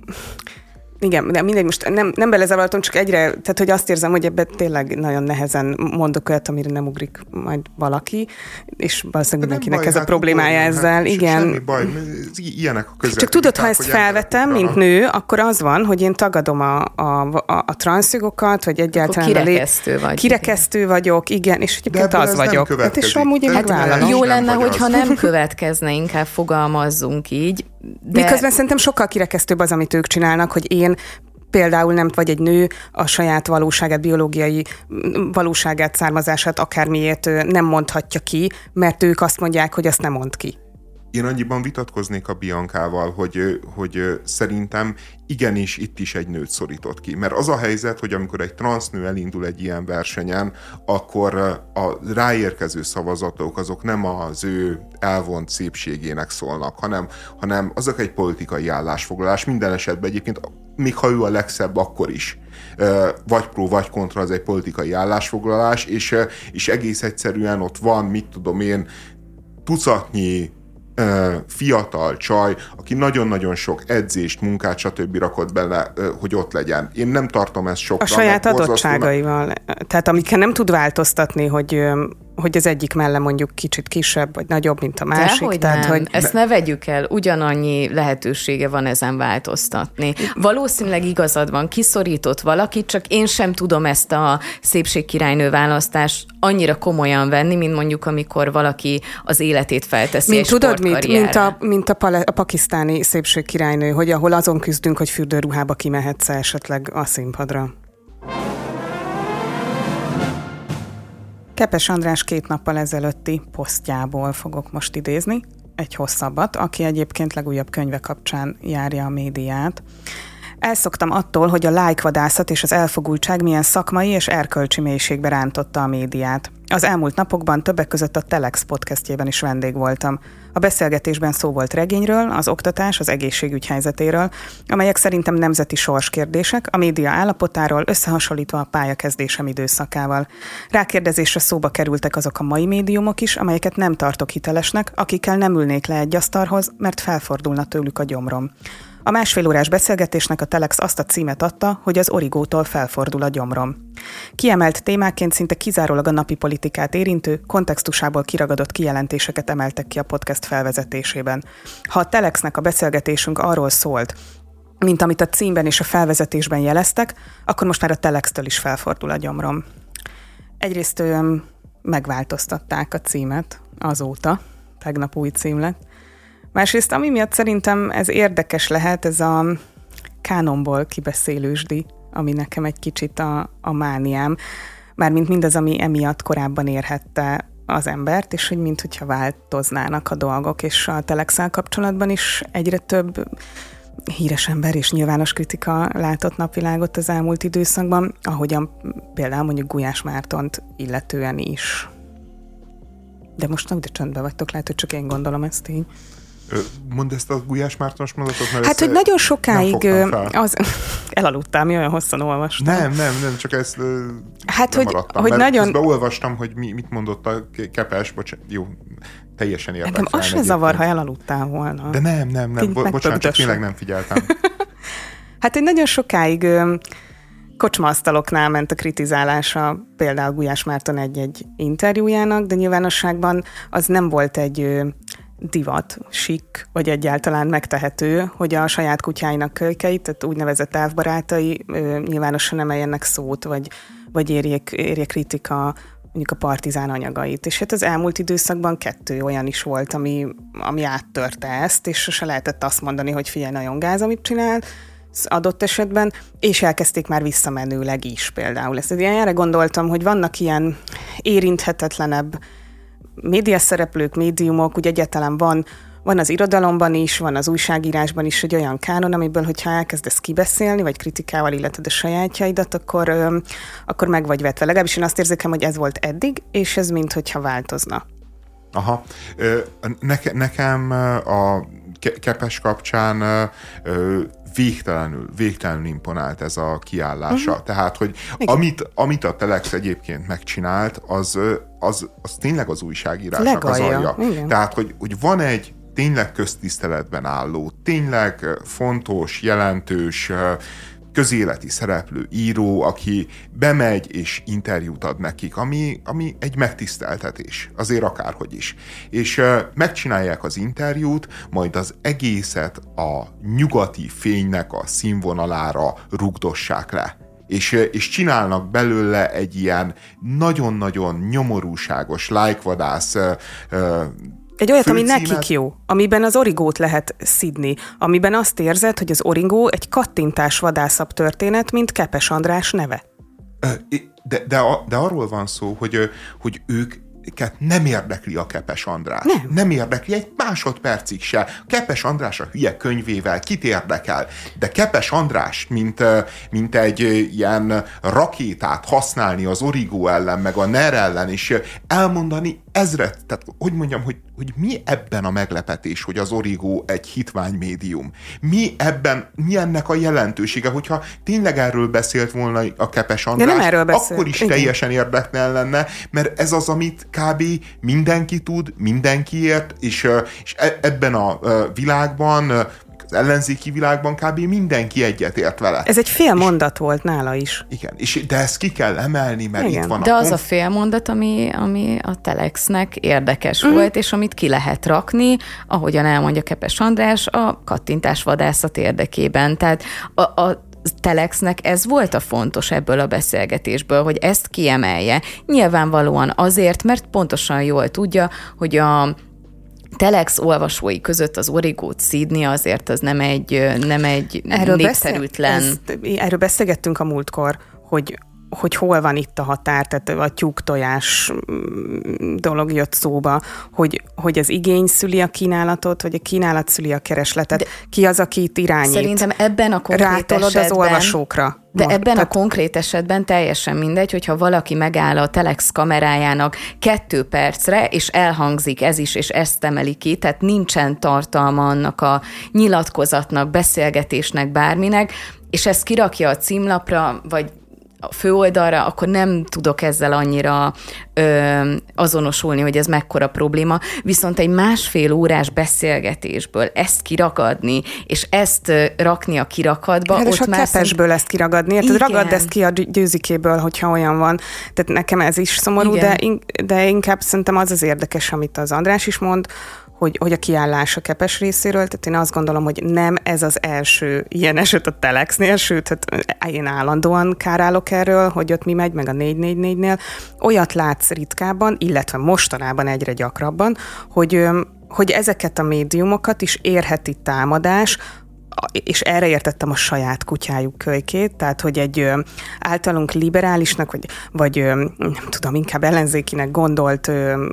Igen, de mindegy, most nem, nem belezavartam, csak egyre, tehát hogy azt érzem, hogy ebben tényleg nagyon nehezen mondok olyat, amire nem ugrik majd valaki, és valószínűleg mindenkinek baj, ez hát a problémája baj, ezzel. Hát igen. Semmi baj, ilyenek a közvetíták. Csak tudod, ha ezt felvetem, mint nő, akkor az van, hogy én tagadom a, a, a, a transzjogokat, vagy egyáltalán akkor kirekesztő vagy. Kirekesztő vagyok, igen, és egyébként az vagyok. Hát és amúgy én megvállalom. Jó lenne, hogyha nem következne, inkább fogalmazzunk így. De... Miközben szerintem sokkal kirekesztőbb az, amit ők csinálnak, hogy én például nem vagy egy nő a saját valóságát, biológiai valóságát, származását akármiért nem mondhatja ki, mert ők azt mondják, hogy azt nem mond ki. Én annyiban vitatkoznék a Biancával, hogy, hogy szerintem igenis itt is egy nőt szorított ki. Mert az a helyzet, hogy amikor egy transznő elindul egy ilyen versenyen, akkor a ráérkező szavazatok azok nem az ő elvont szépségének szólnak, hanem, hanem azok egy politikai állásfoglalás. Minden esetben egyébként, még ha ő a legszebb, akkor is. Vagy pró, vagy kontra, az egy politikai állásfoglalás, és, és egész egyszerűen ott van, mit tudom én, tucatnyi fiatal csaj, aki nagyon-nagyon sok edzést, munkát, stb. Rakott bele, hogy ott legyen. Én nem tartom ezt sokra. A saját adottságaival. Tehát amikkel nem tud változtatni, hogy, hogy az egyik melle mondjuk kicsit kisebb, vagy nagyobb, mint a másik. Dehogy Tehát, nem. hogy... Ezt ne vegyük el. Ugyanannyi lehetősége van ezen változtatni. Valószínűleg igazad van, kiszorított valakit, csak én sem tudom ezt a szépségkirálynő választást annyira komolyan venni, mint mondjuk, amikor valaki az életét felteszi mint egy tudod mit? Mint a, mint a, pale, a pakisztáni szépségkirálynő, hogy ahol azon küzdünk, hogy fürdőruhába kimehetsz esetleg a színpadra. Kepes András két nappal ezelőtti posztjából fogok most idézni, egy hosszabbat, aki egyébként legújabb könyve kapcsán járja a médiát. Elszoktam attól, hogy a lájkvadászat és az elfogultság milyen szakmai és erkölcsi mélységbe rántotta a médiát. Az elmúlt napokban többek között a Telex podcastjében is vendég voltam. A beszélgetésben szó volt regényről, az oktatás, az egészségügy helyzetéről, amelyek szerintem nemzeti sorskérdések, a média állapotáról összehasonlítva a pályakezdésem időszakával. Rákérdezésre szóba kerültek azok a mai médiumok is, amelyeket nem tartok hitelesnek, akikkel nem ülnék le egy asztalhoz, mert felfordulna tőlük a gyomrom. A másfél órás beszélgetésnek a Telex azt a címet adta, hogy az origótól felfordul a gyomrom. Kiemelt témáként szinte kizárólag a napi politikát érintő, kontextusából kiragadott kijelentéseket emeltek ki a podcast felvezetésében. Ha a Telexnek a beszélgetésünk arról szólt, mint amit a címben és a felvezetésben jeleztek, akkor most már a Telextől is felfordul a gyomrom. Egyrészt őm, megváltoztatták a címet azóta, tegnap új cím lett. Másrészt, ami miatt szerintem ez érdekes lehet, ez a kánonból kibeszélősdi, ami nekem egy kicsit a, a mániám, mármint mindaz, ami emiatt korábban érhette az embert, és hogy minthogyha változnának a dolgok, és a Telexszel kapcsolatban is egyre több híres ember és nyilvános kritika látott napvilágot az elmúlt időszakban, ahogyan például mondjuk Gulyás Mártont illetően is. De most de csöndben vagytok, lehet, hogy csak én gondolom ezt így. Mondd ezt a Gulyás Mártonos mondatot, mert hát, hogy nagyon sokáig az, elaludtál, mi olyan hosszan olvastam. Nem, nem, nem, csak ezt hát, hogy, hogy nagyon... olvastam, hogy mi, mit mondott a Kepes, bocsánat, jó, teljesen érdekel. Nekem az se zavar, ha elaludtál volna. De nem, nem, nem, Bo- bocsánat, csak tényleg nem figyeltem. Hát, hogy nagyon sokáig kocsmaasztaloknál ment a kritizálása például Gulyás Márton egy-egy interjújának, de nyilvánosságban az nem volt egy divat, sik, vagy egyáltalán megtehető, hogy a saját kutyáinak kölykeit, tehát úgynevezett elfbarátai nyilvánosan emeljenek szót, vagy, vagy érjék, érjék kritika mondjuk a Partizán anyagait. És hát az elmúlt időszakban kettő olyan is volt, ami, ami áttörte ezt, és sose lehetett azt mondani, hogy figyelj, nagyon gáz, amit csinál, adott esetben, és elkezdték már visszamenőleg is például. Ezt én erre gondoltam, hogy vannak ilyen érinthetetlenebb médiaszereplők, médiumok, úgy egyáltalán van, van az irodalomban is, van az újságírásban is egy olyan kánon, amiből, hogyha elkezdesz kibeszélni, vagy kritikával illeted a sajátjaidat, akkor, öm, akkor meg vagy vetve. Legalábbis én azt érzékem, hogy ez volt eddig, és ez minthogyha változna. Aha. Neke, nekem a Kepes kapcsán végtelenül, végtelenül imponált ez a kiállása. Uh-huh. Tehát, hogy amit, amit a Telex egyébként megcsinált, az, az, az tényleg az újságírásnak az alja. Tehát, hogy, hogy van egy tényleg köztiszteletben álló, tényleg fontos, jelentős, közéleti szereplő, író, aki bemegy és interjút ad nekik, ami, ami egy megtiszteltetés, azért akárhogy is. És uh, megcsinálják az interjút, majd az egészet a nyugati fénynek a színvonalára rugdossák le. És, és csinálnak belőle egy ilyen nagyon-nagyon nyomorúságos, lájkvadász uh, Egy olyat, ami nekik jó, amiben az origót lehet szidni, amiben azt érzed, hogy az origó egy kattintás vadászabb történet, mint Kepes András neve. De, de, de arról van szó, hogy, hogy ők nem érdekli a Kepes András. Nem. Nem érdekli egy másodpercig se. Kepes András a hülye könyvével kit érdekel, de Kepes András, mint, mint egy ilyen rakétát használni az origó ellen, meg a NER ellen, és elmondani ezret, tehát hogy mondjam, hogy, hogy mi ebben a meglepetés, hogy az origó egy hitvány médium? Mi ebben, mi ennek a jelentősége, hogyha tényleg erről beszélt volna a Kepes András, akkor is igen, teljesen érdektelen lenne, mert ez az, amit kb. Mindenki tud, mindenki ért, és, és ebben a világban, az ellenzéki világban kb. Mindenki egyetért vele. Ez egy fél mondat volt nála is. Igen, és, de ezt ki kell emelni, mert igen, itt van de a... az konf... a fél mondat, ami, ami a Telexnek érdekes mm. volt, és amit ki lehet rakni, ahogyan elmondja Kepes András, a kattintás vadászat érdekében. Tehát a, a Telexnek ez volt a fontos ebből a beszélgetésből, hogy ezt kiemelje. Nyilvánvalóan azért, mert pontosan jól tudja, hogy a Telex olvasói között az origót szídni azért az nem egy, nem egy erről népszerűtlen... Beszél, ezt, erről beszélgettünk a múltkor, hogy hogy hol van itt a határ, tehát a tyúktojás dolog jött szóba, hogy, hogy az igény szüli a kínálatot, vagy a kínálat szüli a keresletet. De ki az, aki itt irányít? Szerintem ebben a konkrét rátolod esetben... az olvasókra. De most, ebben tehát... a konkrét esetben teljesen mindegy, hogyha valaki megáll a Telex kamerájának kettő percre, és elhangzik ez is, és ezt emeli ki, tehát nincsen tartalma annak a nyilatkozatnak, beszélgetésnek, bárminek, és ezt kirakja a címlapra, vagy a főoldalra, akkor nem tudok ezzel annyira ö, azonosulni, hogy ez mekkora probléma, viszont egy másfél órás beszélgetésből ezt kiragadni, és ezt ö, rakni a kirakatba. Hát, ott és a már kepesből ezt kiragadni, tehát ragadd ezt ki a győzikéből, hogyha olyan van. Tehát nekem ez is szomorú, de, in- de inkább szerintem az az érdekes, amit az András is mond, Hogy, hogy a kiállás a Kepes részéről, tehát én azt gondolom, hogy nem ez az első ilyen eset a Telexnél, sőt, hát én állandóan kárálok erről, hogy ott mi megy, meg a négy négy négynél. Olyat látsz ritkábban, illetve mostanában egyre gyakrabban, hogy, hogy ezeket a médiumokat is érheti támadás, és erre értettem a saját kutyájuk kölykét, tehát, hogy egy ö, általunk liberálisnak, vagy, vagy ö, nem tudom, inkább ellenzékinek gondolt ö,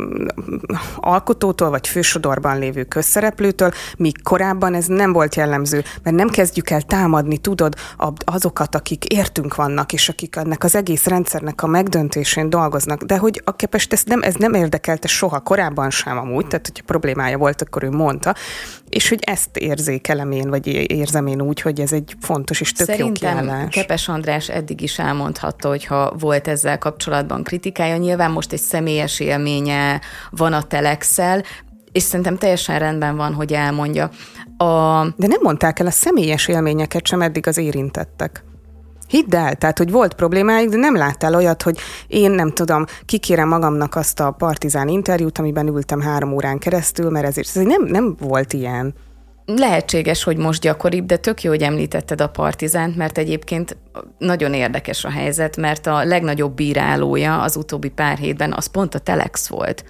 alkotótól, vagy fősodorban lévő közszereplőtől, míg korábban ez nem volt jellemző, mert nem kezdjük el támadni, tudod, azokat, akik értünk vannak, és akik ennek az egész rendszernek a megdöntésén dolgoznak, de hogy a Kepest ez nem, ez nem érdekelte soha, korábban sem amúgy, tehát hogyha problémája volt, akkor ő mondta, és hogy ezt érzékelem én, vagy érzem én úgy, hogy ez egy fontos és tök Szerintem jó kiállás. Kepes András eddig is elmondhatta, hogyha volt ezzel kapcsolatban kritikája, nyilván most egy személyes élménye van a Telexsel, és szerintem teljesen rendben van, hogy elmondja. A... De nem mondták el a személyes élményeket sem eddig az érintettek. Hidd el, tehát, hogy volt problémájuk, de nem láttál olyat, hogy én nem tudom, kikérem magamnak azt a Partizán interjút, amiben ültem három órán keresztül, mert ezért ez nem, nem volt ilyen. Lehetséges, hogy most gyakoribb, de tök jó, hogy említetted a Partizánt, mert egyébként nagyon érdekes a helyzet, mert a legnagyobb bírálója az utóbbi pár hétben az pont a Telex volt.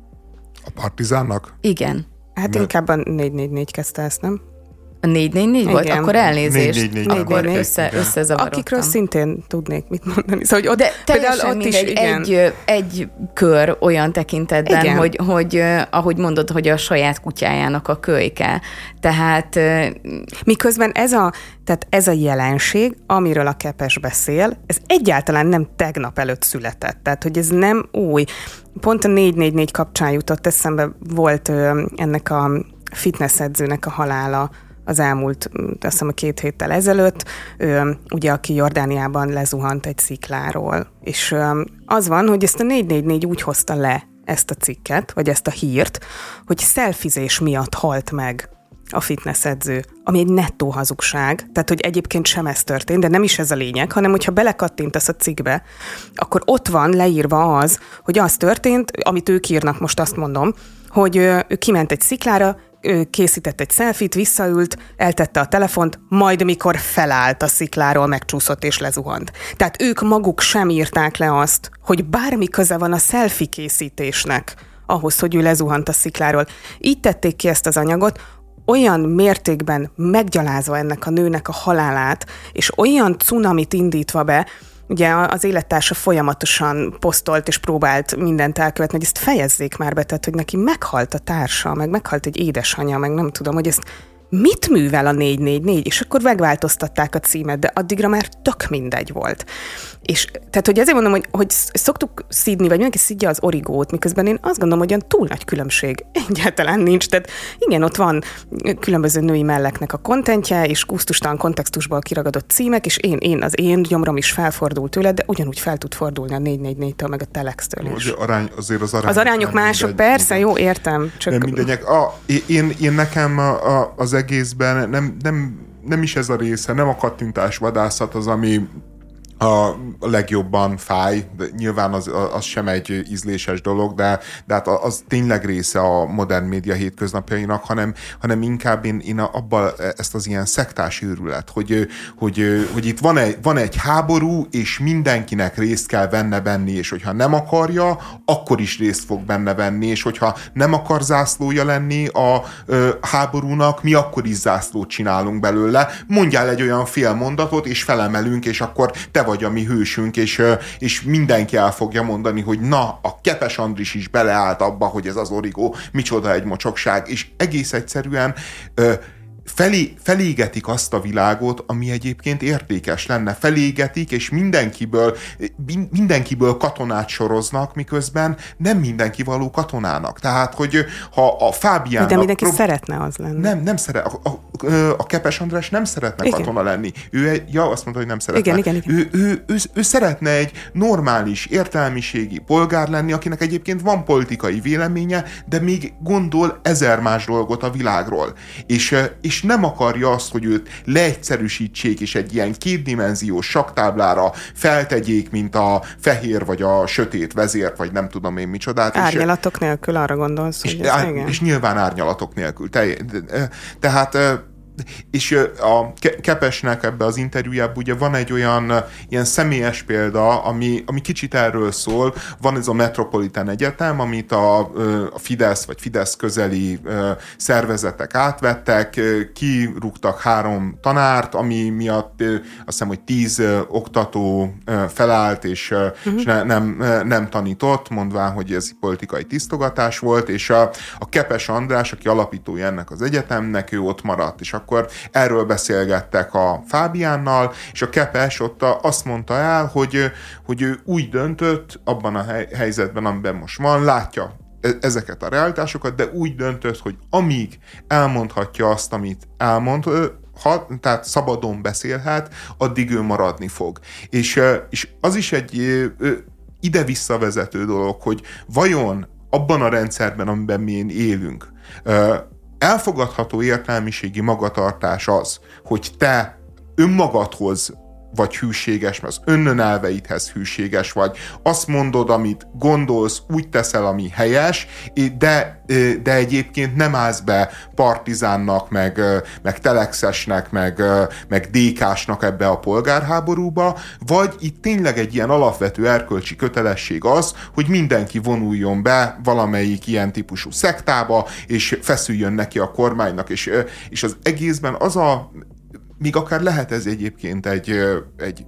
A Partizánnak? Igen. Hát mert... inkább a négy négy négy kezdte ezt, nem? A négy négy négy volt? Akkor elnézést. négy négy négy Akkor össze, összezavarodtam. Akikről szintén tudnék mit mondani. Szóval, hogy ott, de teljesen ott is, is, egy, egy kör olyan tekintetben, igen. hogy, hogy ahogy mondod, hogy a saját kutyájának a kölyke. Tehát... Miközben ez a, tehát ez a jelenség, amiről a Kepes beszél, ez egyáltalán nem tegnap előtt született. Tehát, hogy ez nem új. Pont a négy négy négy kapcsán jutott eszembe, volt ö, ennek a fitnessedzőnek a halála az elmúlt, azt hiszem a két héttel ezelőtt, ö, ugye aki Jordániában lezuhant egy szikláról. És ö, az van, hogy ezt a négy négy négy úgy hozta le ezt a cikket, vagy ezt a hírt, hogy szelfizés miatt halt meg a fitnessedző, ami egy nettó hazugság, tehát hogy egyébként sem ez történt, de nem is ez a lényeg, hanem hogyha belekattintasz a cikkbe, akkor ott van leírva az, hogy az történt, amit ők írnak, most azt mondom, hogy ő kiment egy sziklára, ő készített egy selfit, visszaült, eltette a telefont, majd mikor felállt a szikláról, megcsúszott és lezuhant. Tehát ők maguk sem írták le azt, hogy bármi köze van a selfie készítésnek ahhoz, hogy ő lezuhant a szikláról. Így tették ki ezt az anyagot, olyan mértékben meggyalázva ennek a nőnek a halálát, és olyan cunamit indítva be, ugye az élettársa folyamatosan posztolt és próbált mindent elkövetni, hogy ezt fejezzék már be, tehát hogy neki meghalt a társa, meg meghalt egy édesanyja, meg nem tudom, hogy ezt mit művel a négy négy négy, és akkor megváltoztatták a címet, de addigra már tök mindegy volt. És tehát, hogy ezért mondom, hogy, hogy szoktuk szídni, vagy mindenki szídja az origót, miközben én azt gondolom, hogy olyan túl nagy különbség egyáltalán nincs. Tehát igen, ott van különböző női melleknek a kontentje, és gusztustalan kontextusból kiragadott címek, és én, én az én gyomrom is felfordul tőle, de ugyanúgy fel tud fordulni a négy négy négytől, meg a Telextől is. Az arány, azért az arányok, az arányok mások, mindegy, persze, mindegy. Jó, értem. Csak... Nem mindegyek. A, én, én nekem a, a, az egészben nem, nem, nem is ez a része, nem a kattintás vadászat az, ami a legjobban fáj, de nyilván az, az sem egy ízléses dolog, de, de hát az tényleg része a modern média hétköznapjainak, hanem, hanem inkább én, én abban ezt az ilyen szektás őrület, hogy, hogy, hogy itt van egy, van egy háború, és mindenkinek részt kell benne venni, és hogyha nem akarja, akkor is részt fog benne venni, és hogyha nem akar zászlója lenni a ö, háborúnak, mi akkor is zászlót csinálunk belőle. Mondjál egy olyan fél mondatot, és felemelünk, és akkor te vagy a mi hősünk, és, és mindenki el fogja mondani, hogy na, a Kepes Andris is beleállt abba, hogy ez az origó, micsoda egy mocsokság, és egész egyszerűen ö, felé, felégetik azt a világot, ami egyébként értékes lenne. Felégetik, és mindenkiből, mindenkiből katonát soroznak, miközben nem mindenki való katonának. Tehát, hogy ha a Fábiánnak... De mindenki prób- szeretne az lenni. Nem, nem szeret. A, a, a Kepes András nem szeretne igen. katona lenni. Ő egy, ja, azt mondta, hogy nem szeretne. Igen, igen, igen. Ő, ő, ő, ő szeretne egy normális, értelmiségi polgár lenni, akinek egyébként van politikai véleménye, de még gondol ezer más dolgot a világról. És, és nem akarja azt, hogy őt leegyszerűsítsék, és egy ilyen kétdimenziós sakktáblára feltegyék, mint a fehér, vagy a sötét vezért, vagy nem tudom én micsodát. Árnyalatok és, nélkül arra gondolsz, és, hogy ez igen. És nyilván árnyalatok nélkül. Tehát és a Kepesnek ebbe az interjújában ugye van egy olyan ilyen személyes példa, ami, ami kicsit erről szól. Van ez a Metropolitan Egyetem, amit a, a Fidesz vagy Fidesz közeli szervezetek átvettek, kirúgtak három tanárt, ami miatt azt hiszem, hogy tíz oktató felállt, és, uh-huh. és ne, nem, nem tanított, mondván, hogy ez politikai tisztogatás volt, és a, a Kepes András, aki alapítója ennek az egyetemnek, ő ott maradt, és akkor erről beszélgettek a Fábiánnal, és a Kepes ott azt mondta el, hogy, hogy ő úgy döntött abban a helyzetben, amiben most van, látja ezeket a realitásokat, de úgy döntött, hogy amíg elmondhatja azt, amit elmond, ha, tehát szabadon beszélhet, addig ő maradni fog. És, és az is egy ide visszavezető dolog, hogy vajon abban a rendszerben, amiben mi élünk, elfogadható értelmiségi magatartás az, hogy te önmagadhoz vagy hűséges, mert az önnelveidhez hűséges vagy, azt mondod, amit gondolsz, úgy teszel, ami helyes, de, de egyébként nem állsz be partizánnak, meg, meg telexesnek, meg, meg dékásnak ebbe a polgárháborúba, vagy itt tényleg egy ilyen alapvető erkölcsi kötelesség az, hogy mindenki vonuljon be valamelyik ilyen típusú szektába, és feszüljön neki a kormánynak, és, és az egészben az a míg akár lehet ez egyébként egy, egy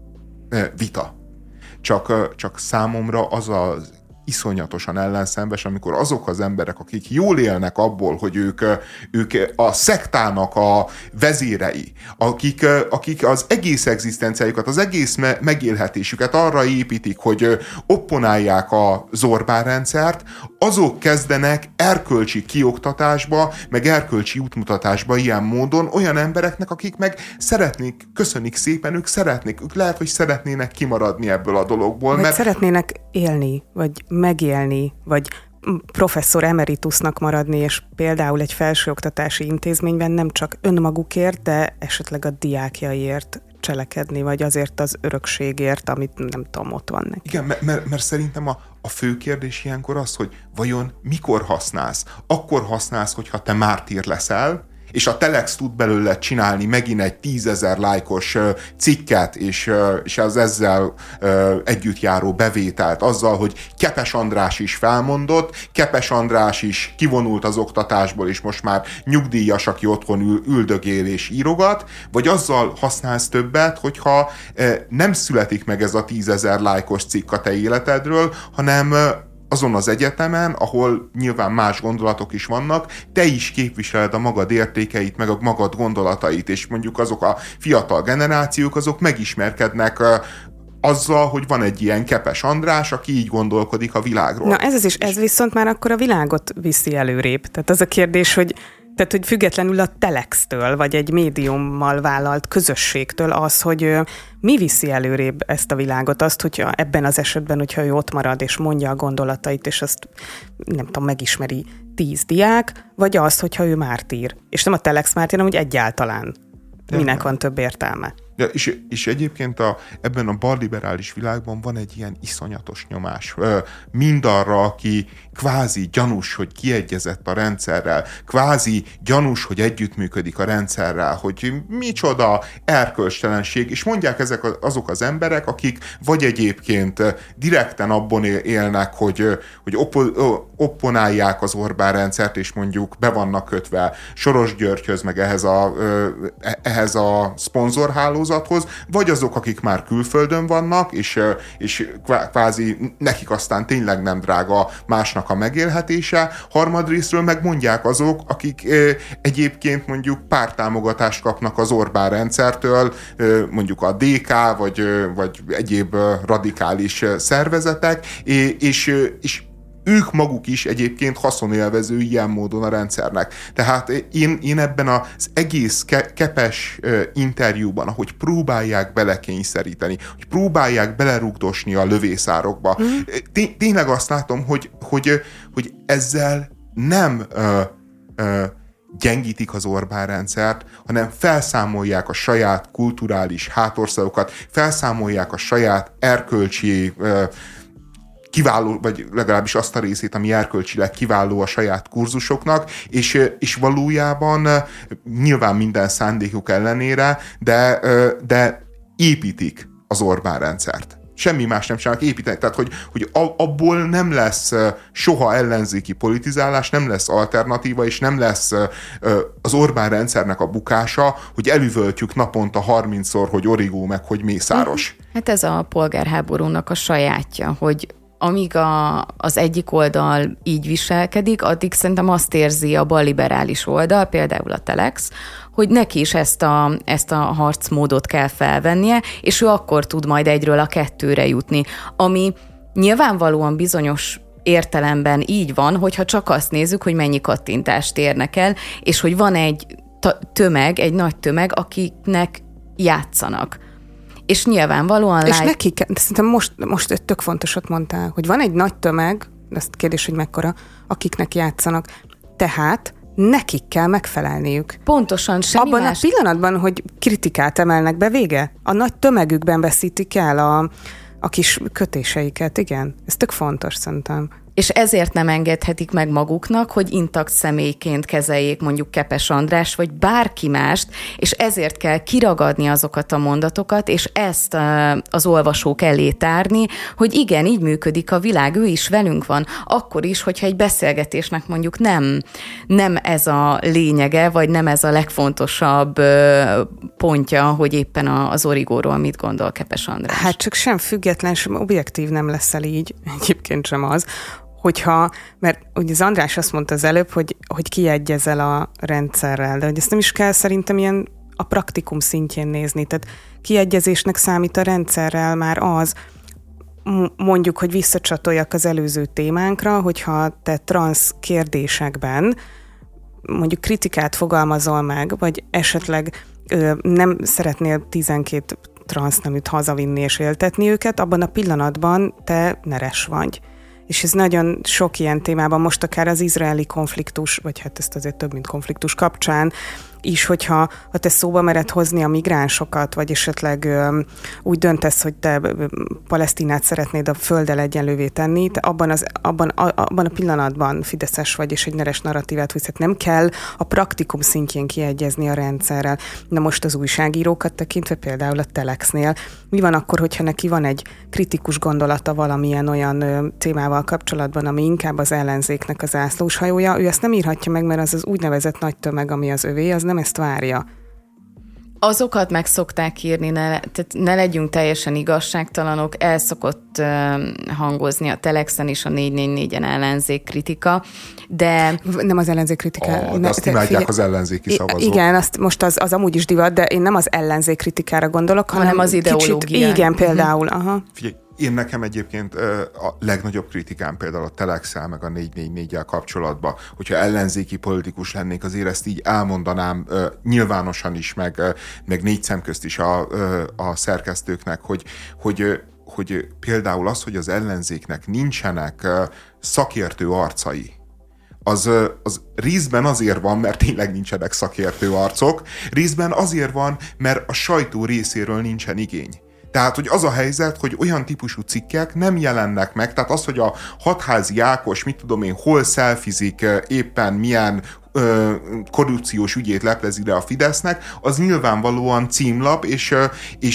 vita. Csak, csak számomra az az iszonyatosan ellenszembes, amikor azok az emberek, akik jól élnek abból, hogy ők, ők a szektának a vezérei, akik, akik az egész egzisztenciájukat, az egész megélhetésüket arra építik, hogy opponálják a Orbán rendszert, azok kezdenek erkölcsi kioktatásba, meg erkölcsi útmutatásba ilyen módon olyan embereknek, akik meg szeretnék, köszönik szépen, ők szeretnék, ők lehet, hogy szeretnének kimaradni ebből a dologból. Vagy mert szeretnének élni, vagy megélni, vagy professzor emeritusnak maradni, és például egy felsőoktatási intézményben nem csak önmagukért, de esetleg a diákjaiért cselekedni, vagy azért az örökségért, amit nem tudom, ott van neki. Igen, mert, mert, mert szerintem a, a fő kérdés ilyenkor az, hogy vajon mikor használsz? Akkor használsz, hogyha te mártír leszel, és a Telex tud belőle csinálni megint egy tízezer lájkos cikket, és, és az ezzel együtt járó bevételt azzal, hogy Kepes András is felmondott, Kepes András is kivonult az oktatásból, és most már nyugdíjas, aki otthon ül, üldögél és írogat, vagy azzal használsz többet, hogyha nem születik meg ez a tízezer lájkos cikk a te életedről, hanem azon az egyetemen, ahol nyilván más gondolatok is vannak, te is képviseled a magad értékeit, meg a magad gondolatait, és mondjuk azok a fiatal generációk, azok megismerkednek azzal, hogy van egy ilyen Kepes András, aki így gondolkodik a világról. Na ez az is, ez viszont már akkor a világot viszi előrébb. Tehát az a kérdés, hogy Tehát, hogy függetlenül a Telextől, vagy egy médiummal vállalt közösségtől az, hogy mi viszi előrébb ezt a világot, azt, hogyha ebben az esetben, hogyha ő ott marad és mondja a gondolatait, és azt nem tudom, megismeri tíz diák, vagy az, hogyha ő mártír. És nem a Telex mártír, hanem úgy egyáltalán. De minek nem. Van több értelme. Ja, és, és egyébként a, ebben a balliberális világban van egy ilyen iszonyatos nyomás. Mindarra, aki kvázi gyanús, hogy kiegyezett a rendszerrel, kvázi gyanús, hogy együttműködik a rendszerrel, hogy micsoda erkölcstelenség, és mondják ezek azok az emberek, akik vagy egyébként direkten abban élnek, hogy, hogy opo- opponálják az Orbán rendszert, és mondjuk be vannak kötve Soros Györgyhöz, meg ehhez a, ehhez a szponzorhálózathoz, vagy azok, akik már külföldön vannak, és, és kvázi nekik aztán tényleg nem drága másnak a megélhetése, harmadrésztről meg mondják azok, akik egyébként mondjuk párttámogatást kapnak az Orbán rendszertől, mondjuk a dé ká, vagy, vagy egyéb radikális szervezetek, és, és ők maguk is egyébként haszonélvező ilyen módon a rendszernek. Tehát én, én ebben az egész ke- kepes uh, interjúban, ahogy próbálják belekényszeríteni, hogy próbálják belerugdosni a lövészárokba, mm. Té- tényleg azt látom, hogy, hogy, hogy ezzel nem uh, uh, gyengítik az Orbán rendszert, hanem felszámolják a saját kulturális hátországokat, felszámolják a saját erkölcsi uh, kiváló, vagy legalábbis azt a részét, ami erkölcsileg kiváló a saját kurzusoknak, és, és valójában nyilván minden szándékuk ellenére, de, de építik az Orbán rendszert. Semmi más nem csinálnak, építeni. Tehát, hogy, hogy abból nem lesz soha ellenzéki politizálás, nem lesz alternatíva, és nem lesz az Orbán rendszernek a bukása, hogy elüvöltjük naponta harmincszor, hogy origó, meg hogy mészáros. Hát ez a polgárháborúnak a sajátja, hogy amíg a, az egyik oldal így viselkedik, addig szerintem azt érzi a balliberális oldal, például a Telex, hogy neki is ezt a, ezt a harcmódot kell felvennie, és ő akkor tud majd egyről a kettőre jutni, ami nyilvánvalóan bizonyos értelemben így van, hogyha csak azt nézzük, hogy mennyi kattintást érnek el, és hogy van egy tömeg, egy nagy tömeg, akiknek játszanak. És nyilvánvalóan... És like... nekik, de szerintem most, most tök fontosat mondtál, hogy van egy nagy tömeg, ezt kérdés, hogy mekkora, akiknek játszanak, tehát nekik kell megfelelniük. Pontosan, semmi Abban más... a pillanatban, hogy kritikát emelnek be, vége, a nagy tömegükben veszítik el a, a kis kötéseiket, igen. Ez tök fontos szerintem. És ezért nem engedhetik meg maguknak, hogy intakt személyként kezeljék mondjuk Kepes András, vagy bárki mást, és ezért kell kiragadni azokat a mondatokat, és ezt az olvasók elé tárni, hogy igen, így működik a világ, ő is velünk van, akkor is, hogyha egy beszélgetésnek mondjuk nem, nem ez a lényege, vagy nem ez a legfontosabb pontja, hogy éppen az origóról mit gondol Kepes András. Hát csak sem független, sem objektív nem leszel így, egyébként sem az, hogyha, mert ugye az András azt mondta az előbb, hogy, hogy kiegyezel a rendszerrel, de hogy ezt nem is kell szerintem ilyen a praktikum szintjén nézni, tehát kiegyezésnek számít a rendszerrel már az, mondjuk, hogy visszacsatoljak az előző témánkra, hogyha te transz kérdésekben mondjuk kritikát fogalmazol meg, vagy esetleg ö, nem szeretnél tizenkét transzneműt hazavinni és éltetni őket, abban a pillanatban te neres vagy. És ez nagyon sok ilyen témában, most akár az izraeli konfliktus, vagy hát ezt azért több, mint konfliktus kapcsán is, hogyha ha te szóba mered hozni a migránsokat, vagy esetleg ö, úgy döntesz, hogy te Palesztinát szeretnéd a földdel egyenlővé tenni, te abban, az, abban, a, abban a pillanatban fideszes vagy, és egy neres narratívát viszed. Nem kell a praktikum szintjén kiegyezni a rendszerrel. Na most az újságírókat tekintve, például a Telexnél, mi van akkor, hogyha neki van egy kritikus gondolata valamilyen olyan ö, témával kapcsolatban, ami inkább az ellenzéknek az zászlóshajója, ő ezt nem írhatja meg, mert az az úgynevezett nagy tömeg, ami az övé, az nem ezt várja. Azokat meg szokták írni, ne, tehát ne legyünk teljesen igazságtalanok, el szokott uh, hangozni a Telexen is a négy négy négyen ellenzék kritika, de... Nem az ellenzék kritika. Oh, de azt imádják az ellenzéki szavazók. Igen, azt most az, az amúgy is divat, de én nem az ellenzék kritikára gondolok, hanem, hanem az ideológia. Kicsit, igen, például. Aha. Figyelj, én nekem egyébként a legnagyobb kritikám például a Telexel, meg a négy négy néggyel kapcsolatban, hogyha ellenzéki politikus lennék, azért ezt így elmondanám nyilvánosan is, meg, meg négy szem közt is a, a szerkesztőknek, hogy, hogy, hogy például az, hogy az ellenzéknek nincsenek szakértő arcai, Az, az részben azért van, mert tényleg nincsenek szakértő arcok, részben azért van, mert a sajtó részéről nincsen igény. Tehát, hogy az a helyzet, hogy olyan típusú cikkek nem jelennek meg, tehát az, hogy a Hatházi Ákos, mit tudom én, hol szelfizik, éppen milyen ö, korrupciós ügyét leplezi le a Fidesznek, az nyilvánvalóan címlap, és, és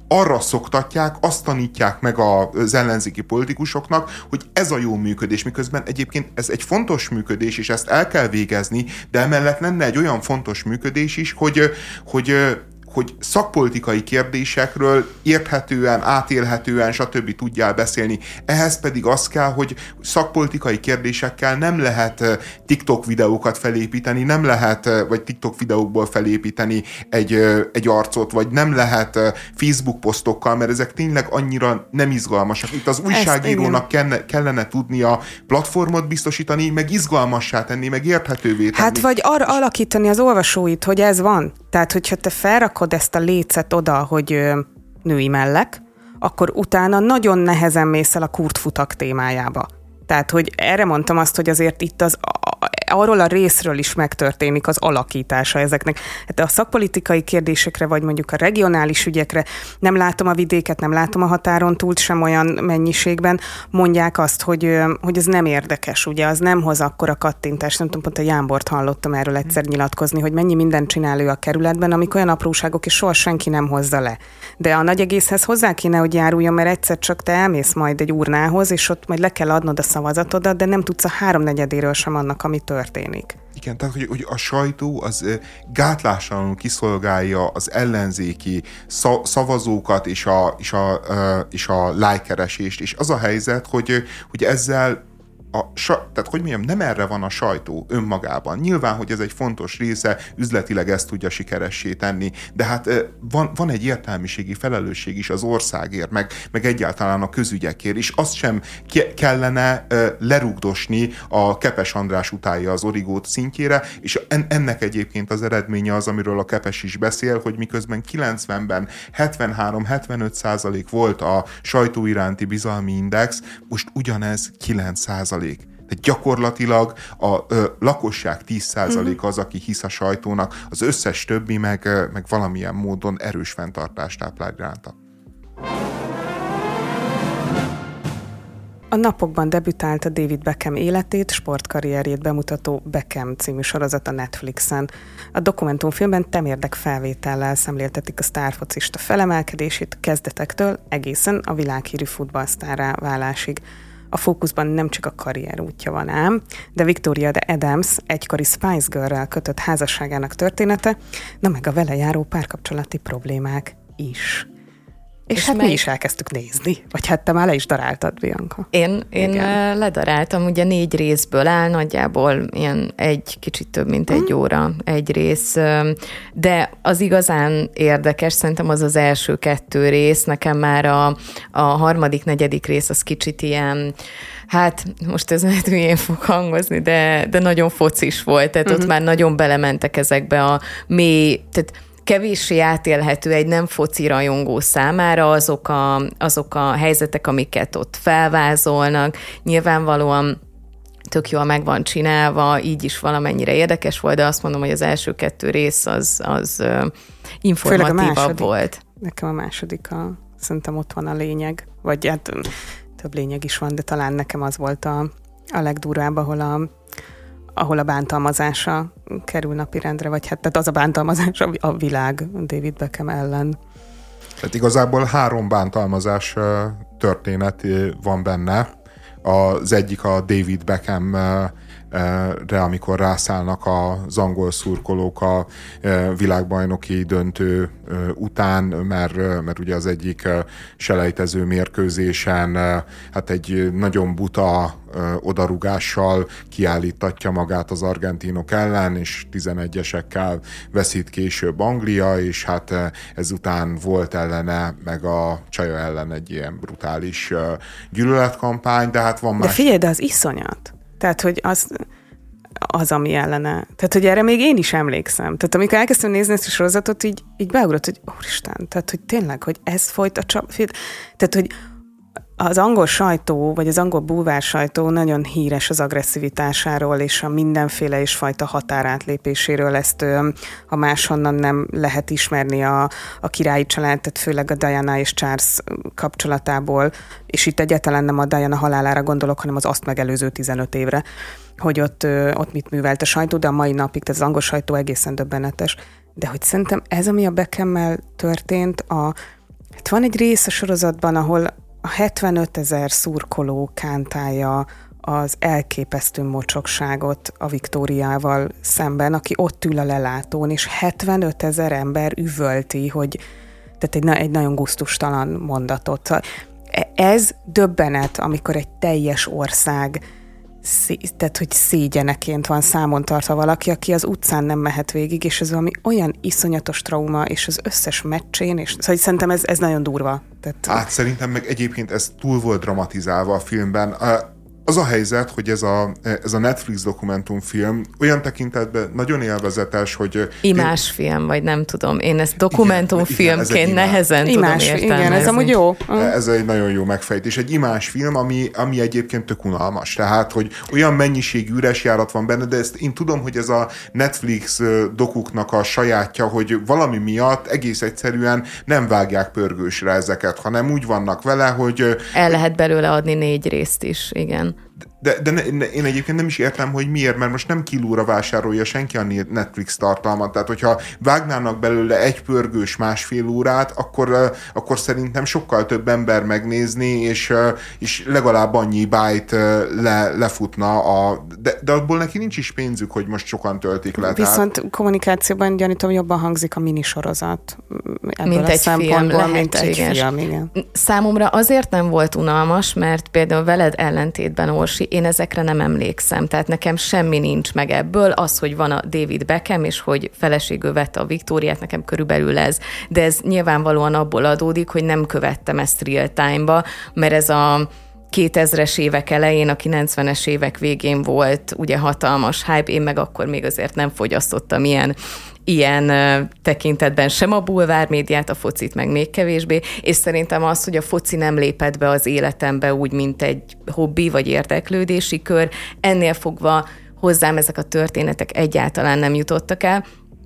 arra szoktatják, azt tanítják meg az ellenzéki politikusoknak, hogy ez a jó működés, miközben egyébként ez egy fontos működés, és ezt el kell végezni, de emellett lenne egy olyan fontos működés is, hogy, hogy hogy szakpolitikai kérdésekről érthetően, átélhetően, stb. Tudjál beszélni. Ehhez pedig az kell, hogy szakpolitikai kérdésekkel nem lehet TikTok videókat felépíteni, nem lehet, vagy TikTok videókból felépíteni egy, egy arcot, vagy nem lehet Facebook posztokkal, mert ezek tényleg annyira nem izgalmasak. Itt az újságírónak kellene, kellene tudnia platformot biztosítani, meg izgalmassá tenni, meg érthetővé tenni. Hát vagy arra alakítani az olvasóit, hogy ez van. Tehát, hogyha te felrakod ezt a lécet oda, hogy ö, női mellek, akkor utána nagyon nehezen mész el a kurtfutak témájába. Tehát, hogy erre mondtam azt, hogy azért itt az, arról a részről is megtörténik az alakítása ezeknek. Hát a szakpolitikai kérdésekre, vagy mondjuk a regionális ügyekre nem látom a vidéket, nem látom a határon túl sem olyan mennyiségben, mondják azt, hogy, hogy ez nem érdekes, ugye, az nem hoz akkora kattintást. Nem tudom, pont a Jámbort hallottam erről egyszer nyilatkozni, hogy mennyi mindent csinál ő a kerületben, amik olyan apróságok, és soha senki nem hozza le. De a nagy egészhez hozzá kéne, hogy járuljon, mert egyszer csak te elmész majd egy urnához, és ott majd le kell adnod a szavazatodat, de nem tudsz a háromnegyedéről sem annak, ami történik. Igen, tehát hogy, hogy a sajtó az gátlástalanul kiszolgálja az ellenzéki szavazókat és a, és a, és a lájkeresést, és az a helyzet, hogy, hogy ezzel A, tehát, hogy mondjam, nem erre van a sajtó önmagában. Nyilván, hogy ez egy fontos része, üzletileg ezt tudja sikeressé tenni, de hát van, van egy értelmiségi felelősség is az országért, meg, meg egyáltalán a közügyekért, és azt sem ke- kellene lerugdosni a Kepes András utálja az origót szintjére, és en, ennek egyébként az eredménye az, amiről a Kepes is beszél, hogy miközben kilencvenben hetvenhárom-hetvenöt százalék volt a sajtó iránti bizalmi index, most ugyanez kilenc százalék. Tehát gyakorlatilag a ö, lakosság tíz százaléka az, aki hisz a sajtónak, az összes többi meg, ö, meg valamilyen módon erős fenntartást táplál iránta. A napokban debütált a David Beckham életét, sportkarrierjét bemutató Beckham című sorozat a Netflixen. A dokumentumfilmben temérdek felvétellel szemléltetik a sztárfocista felemelkedését kezdetektől egészen a világhírű futballsztárrá válásig. A fókuszban nem csak a karrier útja van ám, de Victoria de Adams egykori Spice Girl-rel kötött házasságának története, na meg a vele járó párkapcsolati problémák is. És, és hát mely... mi is elkezdtük nézni. Vagy hát te már le is daráltad, Bianca. Én, én ledaráltam, ugye négy részből áll, nagyjából ilyen egy, kicsit több, mint egy mm. óra egy rész. De az igazán érdekes, szerintem az az első kettő rész. Nekem már a, a harmadik, negyedik rész az kicsit ilyen, hát most ez lehet hülyén fog hangozni, de, de nagyon focis volt. Tehát mm-hmm. ott már nagyon belementek ezekbe a mély, tehát kevéssé átélhető egy nem foci rajongó számára azok a, azok a helyzetek, amiket ott felvázolnak. Nyilvánvalóan tök jól meg van csinálva, így is valamennyire érdekes volt, de azt mondom, hogy az első kettő rész az, az uh, informatívabb volt. Nekem a második, a, szerintem ott van a lényeg, vagy hát több lényeg is van, de talán nekem az volt a, a legdurvább, ahol a ahol a bántalmazása kerül napirendre, vagy hát tehát az a bántalmazás a világ David Beckham ellen. Tehát igazából három bántalmazás történet van benne. Az egyik a David Beckham re, amikor rászállnak az angol szurkolók a világbajnoki döntő után, mert, mert ugye az egyik selejtező mérkőzésen hát egy nagyon buta odarúgással kiállítatja magát az argentinok ellen, és tizenegyesekkel veszít később Anglia, és hát ezután volt ellene, meg a csaja ellen egy ilyen brutális gyűlöletkampány, de hát van más... De figyelj, de az iszonyat. Tehát, hogy az, az, ami ellene. Tehát, hogy erre még én is emlékszem. Tehát, amikor elkezdtem nézni ezt a sorozatot, így, így beugrott, hogy úristen, tehát, hogy tényleg, hogy ez folyt a csap... Tehát, hogy az angol sajtó, vagy az angol bulvár sajtó nagyon híres az agresszivitásáról, és a mindenféle és fajta határátlépéséről. Ezt, ha máshonnan nem lehet ismerni a, a királyi család, tehát főleg a Diana és Charles kapcsolatából, és itt egyáltalán nem a Diana halálára gondolok, hanem az azt megelőző tizenöt évre, hogy ott, ott mit művelt a sajtó, de a mai napig, tehát az angol sajtó egészen döbbenetes. De hogy szerintem ez, ami a Beckham-mel történt, a Hát van egy rész a sorozatban, ahol a hetvenötezer szurkoló kántálja az elképesztő mocsokságot a Viktóriával szemben, aki ott ül a lelátón, és hetvenötezer ember üvölti, hogy tehát egy, egy nagyon gusztustalan mondatot. Ez döbbenet, amikor egy teljes ország szí- tehát, hogy szégyeneként van számon tartva valaki, aki az utcán nem mehet végig, és ez valami olyan iszonyatos trauma, és az összes meccsén, és szóval szerintem ez, ez nagyon durva. Tehát... Hát szerintem meg egyébként ez túl volt dramatizálva a filmben. Az a helyzet, hogy ez a, ez a Netflix dokumentumfilm olyan tekintetben nagyon élvezetes, hogy... Imásfilm, vagy nem tudom. Én ezt dokumentumfilmként nehezen imás, tudom értelmezni. Igen, ez amúgy jó. Ez egy nagyon jó megfejtés. Egy imásfilm, ami, ami egyébként tök unalmas. Tehát, hogy olyan mennyiségű üres járat van benne, de ezt én tudom, hogy ez a Netflix dokuknak a sajátja, hogy valami miatt egész egyszerűen nem vágják pörgősre ezeket, hanem úgy vannak vele, hogy... El lehet belőle adni négy részt is, igen. De, de ne, ne, én egyébként nem is értem, hogy miért, mert most nem kilóra vásárolja senki a Netflix tartalmat, tehát hogyha vágnának belőle egy pörgős másfél órát, akkor, akkor szerintem sokkal több ember megnézni, és, és legalább annyi byte le, lefutna, a, de, de abból neki nincs is pénzük, hogy most sokan töltik le. Viszont tehát... kommunikációban gyanítom jobban hangzik a minisorozat. Mint egy film, mint egy film, igen. Számomra azért nem volt unalmas, mert például veled ellentétben, Orsi, én ezekre nem emlékszem, tehát nekem semmi nincs meg ebből. Az, hogy van a David Beckham, és hogy feleségül vette a Viktóriát, nekem körülbelül ez. De ez nyilvánvalóan abból adódik, hogy nem követtem ezt real time-ba, mert ez a kétezres évek elején, a kilencvenes évek végén volt ugye hatalmas hype, én meg akkor még azért nem fogyasztottam ilyen ilyen tekintetben sem a bulvár médiát, a focit meg még kevésbé, és szerintem az, hogy a foci nem lépett be az életembe úgy, mint egy hobbi vagy érdeklődési kör, ennél fogva hozzám ezek a történetek egyáltalán nem jutottak el.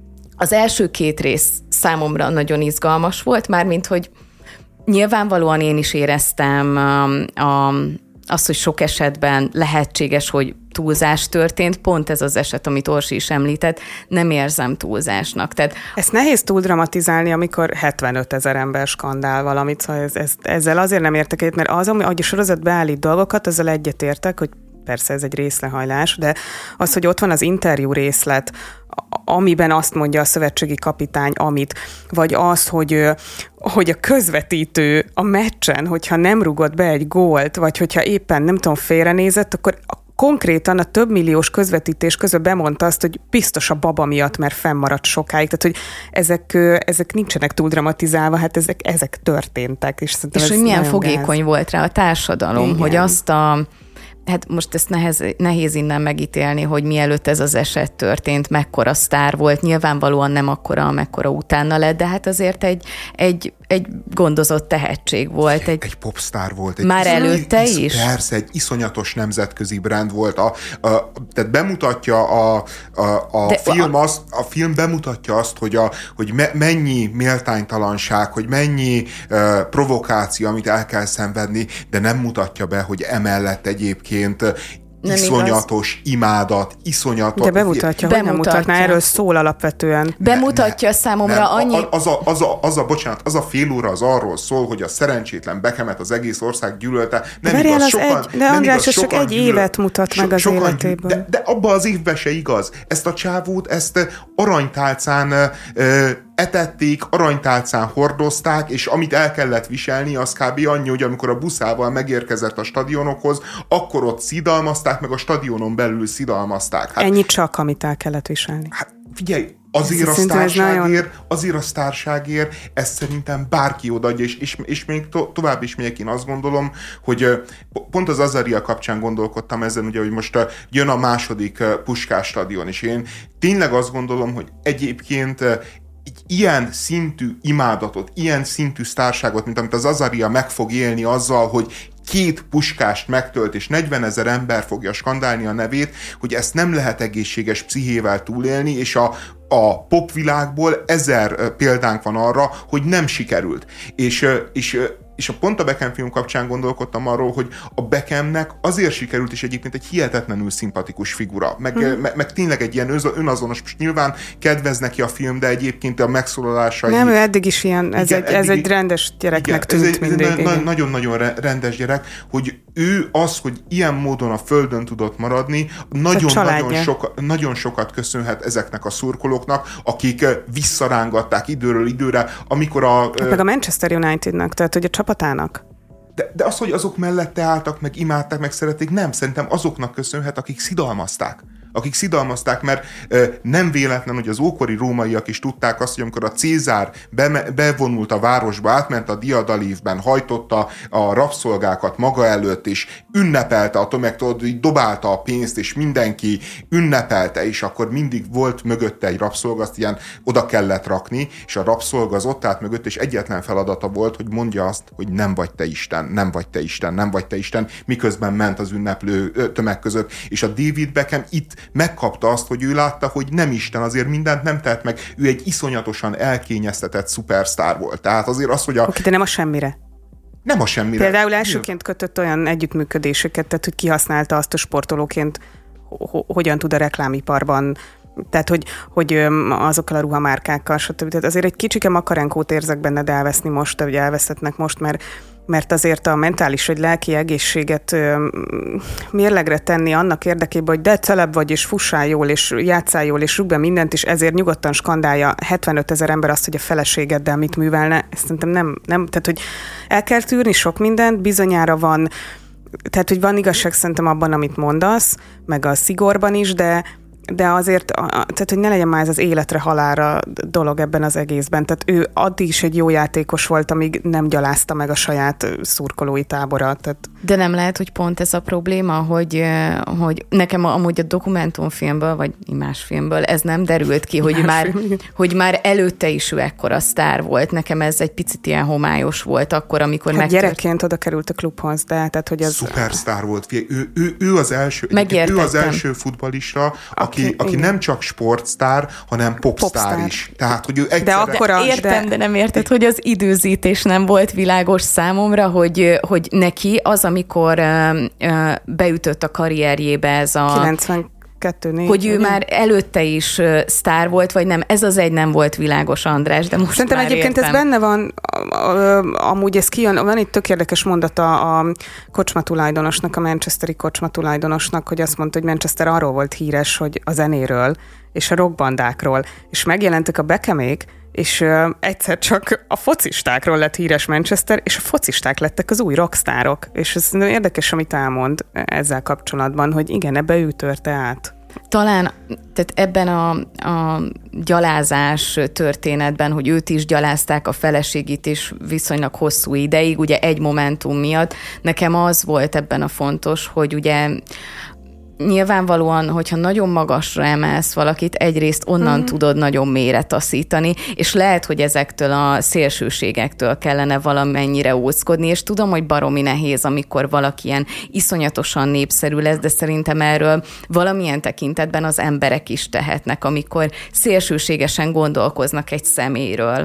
Az első két rész számomra nagyon izgalmas volt, mármint, hogy nyilvánvalóan én is éreztem a, a, azt, hogy sok esetben lehetséges, hogy túlzás történt, pont ez az eset, amit Orsi is említett, nem érzem túlzásnak. Tehát... Ezt nehéz túl dramatizálni, amikor hetvenötezer ember skandál valamit, szóval ez, ez, ezzel azért nem értek egyet, mert az, ahogy a sorozat beállít dolgokat, azzal egyetértek, hogy persze ez egy részlehajlás, de az, hogy ott van az interjú részlet, amiben azt mondja a szövetségi kapitány, amit, vagy az, hogy, hogy a közvetítő a meccsen, hogyha nem rugott be egy gólt, vagy hogyha éppen nem tudom, félrenézett, akkor konkrétan a több milliós közvetítés közben bemondta azt, hogy biztos a baba miatt, mert fennmaradt sokáig. Tehát, hogy ezek, ezek nincsenek túl dramatizálva, hát ezek, ezek történtek. És, és hogy milyen fogékony gáz. Volt rá a társadalom, igen. Hogy azt a hát most ezt nehez, nehéz innen megítélni, hogy mielőtt ez az eset történt, mekkora sztár volt, nyilvánvalóan nem akkora, amekkora utána lett, de hát azért egy, egy, egy gondozott tehetség volt. Egy, egy popstar volt. Egy már iszony, előtte isz, is? Persze, egy iszonyatos nemzetközi brand volt. A, a, tehát bemutatja a, a, a film azt, a film bemutatja azt, hogy, a, hogy me, mennyi méltánytalanság, hogy mennyi uh, provokáció, amit el kell szenvedni, de nem mutatja be, hogy emellett egyébként Nem iszonyatos igaz. Imádat, iszonyatos... De bemutatja, hogy nem mutatná, erről szól alapvetően. Bemutatja ne, számomra nem, annyi... A, az, a, az, a, az a, bocsánat, az a fél óra az arról szól, hogy a szerencsétlen Beckhamet az egész ország gyűlölte. Nem de igaz, az sokan, egy, de nem András, igaz, csak egy gyűlöl, évet mutat so, meg az életéből. De, de abban az évben se igaz. Ezt a csávót, ezt aranytálcán ö, etették, aranytálcán hordozták, és amit el kellett viselni, az kb. Annyi, hogy amikor a buszával megérkezett a stadionokhoz, akkor ott szidalmazták, meg a stadionon belül szidalmazták. Hát, ennyi csak, amit el kellett viselni. Hát figyelj, azért a sztárságért, nagyon... azért a sztárságért ezt szerintem bárki odaadja, és, és, és még to, tovább is megyek, én azt gondolom, hogy pont az Azaria kapcsán gondolkodtam ezen, ugye, hogy most jön a második Puskás stadion, és én tényleg azt gondolom, hogy egyébként egy ilyen szintű imádatot, ilyen szintű sztárságot, mint amit az Azaria meg fog élni azzal, hogy két Puskást megtölt, és negyvenezer ember fogja skandálni a nevét, hogy ezt nem lehet egészséges pszichével túlélni, és a, a popvilágból ezer példánk van arra, hogy nem sikerült. És, és És a pont a Beckham film kapcsán gondolkodtam arról, hogy a Beckhamnek azért sikerült, és egyébként egy hihetetlenül szimpatikus figura, meg, hmm. meg, meg tényleg egy ilyen önazonos, most nyilván kedvez neki a film, de egyébként a megszólalásai... Nem, ő eddig is ilyen, ez, igen, egy, ez egy rendes gyereknek igen, tűnt ez mindig. Ez egy nagyon-nagyon rendes gyerek, hogy ő az, hogy ilyen módon a földön tudott maradni, nagyon-nagyon soka, nagyon sokat köszönhet ezeknek a szurkolóknak, akik visszarángatták időről időre, amikor a... Meg a Manchester Unitednak, tehát hogy a csapatának. De, de az, hogy azok mellette álltak, meg imádták, meg szerették, nem, szerintem azoknak köszönhet, akik szidalmazták. Akik szidalmazták, mert ö, nem véletlen, hogy az ókori rómaiak is tudták azt, hogy amikor a Cézár be, bevonult a városba, átment a diadalívben, hajtotta a rabszolgákat maga előtt, és ünnepelte a tömeg, így dobálta a pénzt, és mindenki ünnepelte, és akkor mindig volt mögötte egy rabszolga, azt ilyen oda kellett rakni, és a rabszolga az ott állt mögött, és egyetlen feladata volt, hogy mondja azt, hogy nem vagy te Isten, nem vagy te Isten, nem vagy te Isten, miközben ment az ünneplő tömeg között. És a David Beckham itt megkapta azt, hogy ő látta, hogy nem Isten, azért mindent nem tett meg. Ő egy iszonyatosan elkényeztetett szupersztár volt. Tehát azért az, hogy a... Oké, de nem a semmire. Nem a semmire. Például elsőként kötött olyan együttműködéseket, tehát hogy kihasználta azt a sportolóként, hogyan tud a reklámiparban, tehát hogy, hogy azokkal a ruhamárkákkal, stb. Tehát azért egy kicsike Makarenkót érzek benned elveszni most, vagy elvesztetnek most, mert mert azért a mentális vagy lelki egészséget ö, mérlegre tenni annak érdekében, hogy de celeb vagy, és fussál jól, és játszál jól, és rúg be mindent, és ezért nyugodtan skandálja hetvenöt ezer ember azt, hogy a feleségeddel mit művelne. Ezt szerintem nem, nem, tehát hogy el kell tűrni sok mindent, bizonyára van, tehát hogy van igazság szerintem abban, amit mondasz, meg a szigorban is, de de azért, tehát hogy ne legyen már ez az életre halálra dolog ebben az egészben. Tehát ő addig is egy jó játékos volt, amíg nem gyalázta meg a saját szurkolói táborat. Tehát... De nem lehet, hogy pont ez a probléma, hogy, hogy nekem amúgy a dokumentumfilmből, vagy más filmből ez nem derült ki, hogy már, hogy már előtte is ő ekkora sztár volt. Nekem ez egy picit ilyen homályos volt akkor, amikor hát megtört... gyerekként oda került a klubhoz, de tehát, hogy az... Szupersztár volt. Ő, ő, ő, az első, ő az első futballista, aki, aki nem csak sportsztár, hanem popsztár, popsztár is. Tehát, hogy ő egyszerre... De akkor a... Értem, de nem érted, hogy az időzítés nem volt világos számomra, hogy, hogy neki az, amikor uh, uh, beütött a karrierjébe ez a... kilencvenkettő négy hogy ő már előtte is uh, sztár volt, vagy nem. Ez az egy nem volt világos, András, de most szerintem már egyébként értem. Ez benne van, amúgy ez kijön, van egy tök érdekes mondata a kocsma tulajdonosnak, a manchesteri kocsma tulajdonosnak, hogy azt mondta, hogy Manchester arról volt híres, hogy a zenéről és a rockbandákról, és megjelentek a Beckhamék, és uh, egyszer csak a focistákról lett híres Manchester, és a focisták lettek az új rockstárok. És ez érdekes, amit elmond ezzel kapcsolatban, hogy igen, ebbe ő törte át. Talán tehát ebben a, a gyalázás történetben, hogy őt is gyalázták, a feleségét is viszonylag hosszú ideig, ugye egy momentum miatt, nekem az volt ebben a fontos, hogy ugye nyilvánvalóan, hogyha nagyon magasra emelsz valakit, egyrészt onnan mm. tudod nagyon mélyre taszítani, és lehet, hogy ezektől a szélsőségektől kellene valamennyire óckodni, és tudom, hogy baromi nehéz, amikor valaki ilyen iszonyatosan népszerű lesz, de szerintem erről valamilyen tekintetben az emberek is tehetnek, amikor szélsőségesen gondolkoznak egy személyről,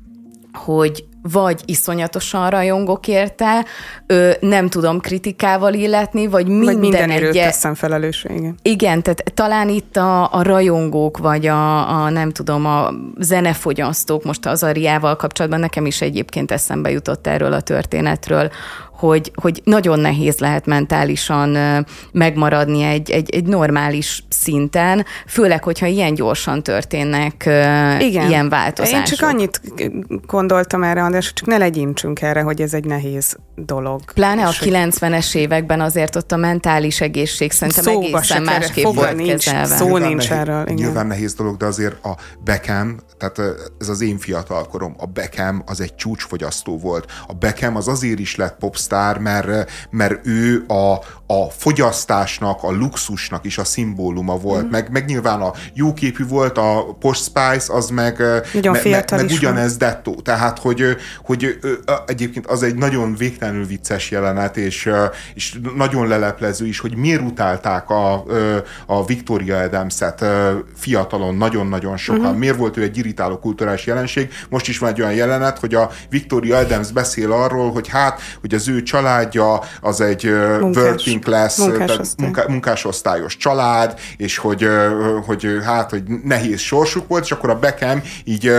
hogy vagy iszonyatosan rajongok érte, ö, nem tudom kritikával illetni, vagy minden, vagy minden egyet... teszem felelősre, igen. Igen, tehát talán itt a, a rajongók, vagy a, a nem tudom, a zenefogyasztók, most az Ariával kapcsolatban nekem is egyébként eszembe jutott erről a történetről, hogy, hogy nagyon nehéz lehet mentálisan megmaradni egy, egy, egy normális szinten, főleg, hogyha ilyen gyorsan történnek igen. ilyen változások. Én csak annyit gondoltam erre, András, csak ne legyintsünk erre, hogy ez egy nehéz dolog. Pláne a kilencvenes években azért ott a mentális egészség szerintem szóba egészen másképp volt nincs, kezelve. Szó nyilván nincs nehéz, erről. Igen. Nyilván nehéz dolog, de azért a Beckham, tehát ez az én fiatalkorom, a Beckham az egy csúcsfogyasztó volt. A Beckham az azért is lett popstar, mert, mert ő a, a fogyasztásnak, a luxusnak is a szimbóluma volt. Mm. Meg, meg nyilván a jóképű volt, a Posh Spice, az meg, me, me, meg ugyanez dettó. Tehát, hogy, hogy egyébként az egy nagyon végtelen végtelenül vicces jelenet, és, és nagyon leleplező is, hogy miért utálták a, a Victoria Adams-et fiatalon nagyon-nagyon sokan. Uh-huh. Miért volt ő egy irritáló kulturális jelenség? Most is van egy olyan jelenet, hogy a Victoria Adams beszél arról, hogy hát, hogy az ő családja az egy Munkás. working class, munkásosztály. munká, munkásosztályos család, és hogy, hogy hát, hogy nehéz sorsuk volt, és akkor a Beckham így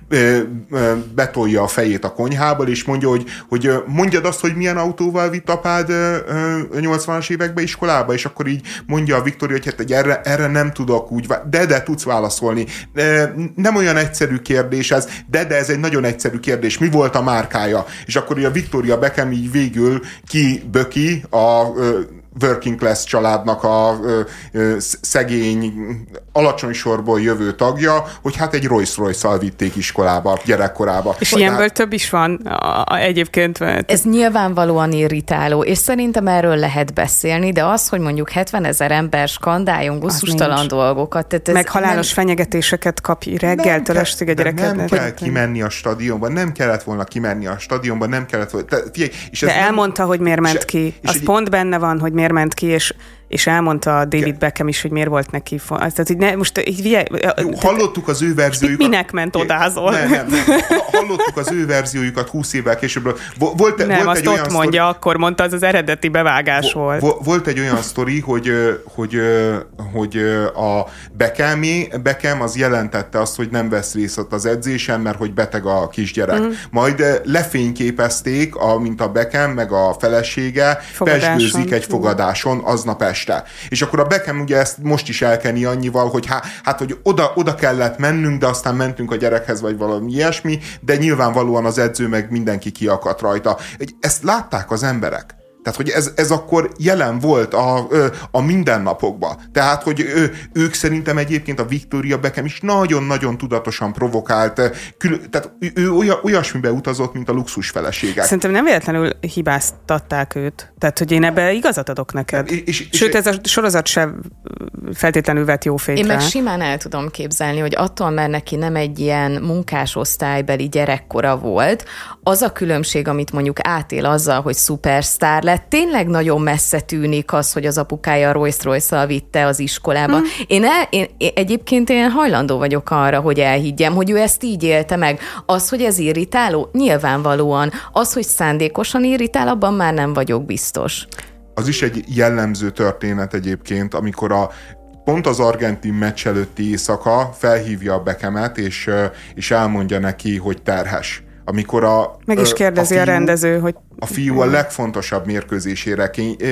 betolja a fejét a konyhából, és mondja, hogy, hogy mondjad azt, hogy milyen autóval vitt apád nyolcvanas években iskolába, és akkor így mondja a Victoria, hogy hát hogy erre, erre nem tudok úgy, de, de tudsz válaszolni. Nem olyan egyszerű kérdés ez, de, de ez egy nagyon egyszerű kérdés. Mi volt a márkája? És akkor a Victoria Beckham így végül kiböki a working class családnak a ö, ö, szegény, alacsony sorból jövő tagja, hogy hát egy Rolls-Royce-szal vitték iskolába, gyerekkorába. És ilyenből hát, több is van a, a, egyébként. Ez nyilvánvalóan irritáló, és szerintem erről lehet beszélni, de az, hogy mondjuk hetvenezer ember skandáljon gusztustalan dolgokat. Tehát ez meg halálos nem... fenyegetéseket kapj reggeltől estig a gyereket. Nem kell kimenni a stadionba, nem kellett volna kimenni a stadionba, nem kellett volna. Te, figyelj, és de elmondta, nem... hogy miért ment ki. Az egy... pont benne van, hogy miért ment ki, és, és elmondta David Beckham is, hogy miért volt neki. Tehát, így ne, most így, Jó, tehát, hallottuk az ő verziójukat. Minek ment odázol? Nem, nem, nem. Hallottuk az ő verziójukat húsz évvel később. Volt, nem, volt azt egy ott olyan mondja, sztori, akkor mondta, az az eredeti bevágás volt. Volt, volt egy olyan sztori, hogy, hogy, hogy a Beckham, Beckham az jelentette azt, hogy nem vesz részt az edzésen, mert hogy beteg a kisgyerek. Mm. Majd lefényképezték, a, mint a Beckham, meg a felesége pezsgőzik egy fogadáson aznap este. És akkor a Beckham ugye ezt most is elkeni annyival, hogy há, hát, hogy oda, oda kellett mennünk, de aztán mentünk a gyerekhez, vagy valami ilyesmi, de nyilvánvalóan az edző meg mindenki kiakadt rajta. Ezt látták az emberek. Tehát, hogy ez, ez akkor jelen volt a, a mindennapokban. Tehát, hogy ő, ők szerintem egyébként a Victoria Beckham is nagyon-nagyon tudatosan provokált. Kül, tehát ő olyan, olyasmibe utazott, mint a luxus feleségek. Szerintem nem véletlenül hibáztatták őt. Tehát, hogy én ebbe igazat adok neked. És, és, Sőt, ez a sorozat sem feltétlenül vett jó fényt Én rá. meg simán el tudom képzelni, hogy attól, mert neki nem egy ilyen munkásosztálybeli gyerekkora volt, az a különbség, amit mondjuk átél azzal, hogy szupersztár lett, tényleg nagyon messze tűnik az, hogy az apukája Rolls-Royce-szal vitte az iskolába. Mm. Én, el, én egyébként én hajlandó vagyok arra, hogy elhiggyem, hogy ő ezt így élte meg. Az, hogy ez irritáló, nyilvánvalóan. Az, hogy szándékosan irritál, abban már nem vagyok biztos. Az is egy jellemző történet egyébként, amikor a pont az argentin meccs előtti éjszaka felhívja a Beckhamet, és, és elmondja neki, hogy terhes. Amikor a, meg is kérdezi a, fiú, a rendező, hogy... A fiú a legfontosabb mérkőzésére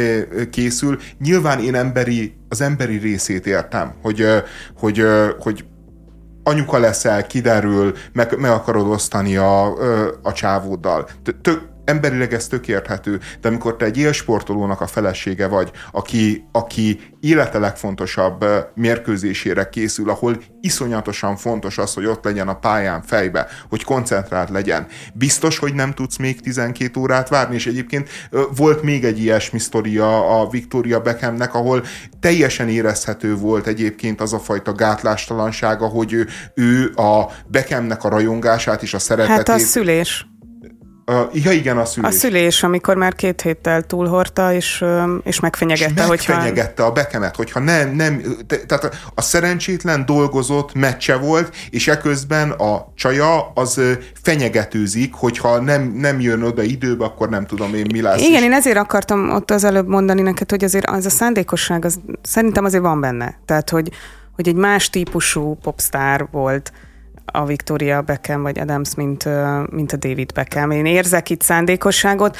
készül. Nyilván én emberi, az emberi részét értem, hogy, hogy, hogy anyuka leszel, kiderül, meg, meg akarod osztani a, a csávóddal. Tök, emberileg ez tök érthető, de amikor te egy élsportolónak a felesége vagy, aki, aki élete legfontosabb mérkőzésére készül, ahol iszonyatosan fontos az, hogy ott legyen a pályán fejbe, hogy koncentrált legyen. Biztos, hogy nem tudsz még tizenkét órát várni, és egyébként volt még egy ilyesmi sztoria a Victoria Beckhamnek, ahol teljesen érezhető volt egyébként az a fajta gátlástalansága, hogy ő, ő a Beckhamnek a rajongását és a szeretetét... Hát a szülés. Uh, ja, igen, a szülés. A szülés, amikor már két héttel túlhordta, és, és megfenyegette, és hogyha... megfenyegette a Beckhamet, hogyha nem, nem, tehát a szerencsétlen dolgozott meccse volt, és eközben a csaja az fenyegetőzik, hogyha nem, nem jön oda időbe, akkor nem tudom én mi lesz. Igen, én ezért akartam ott az előbb mondani neked, hogy azért az a szándékosság, az szerintem azért van benne. Tehát, hogy, hogy egy más típusú popstar volt a Victoria Beckham vagy Adams, mint, mint a David Beckham. Én érzek itt szándékosságot,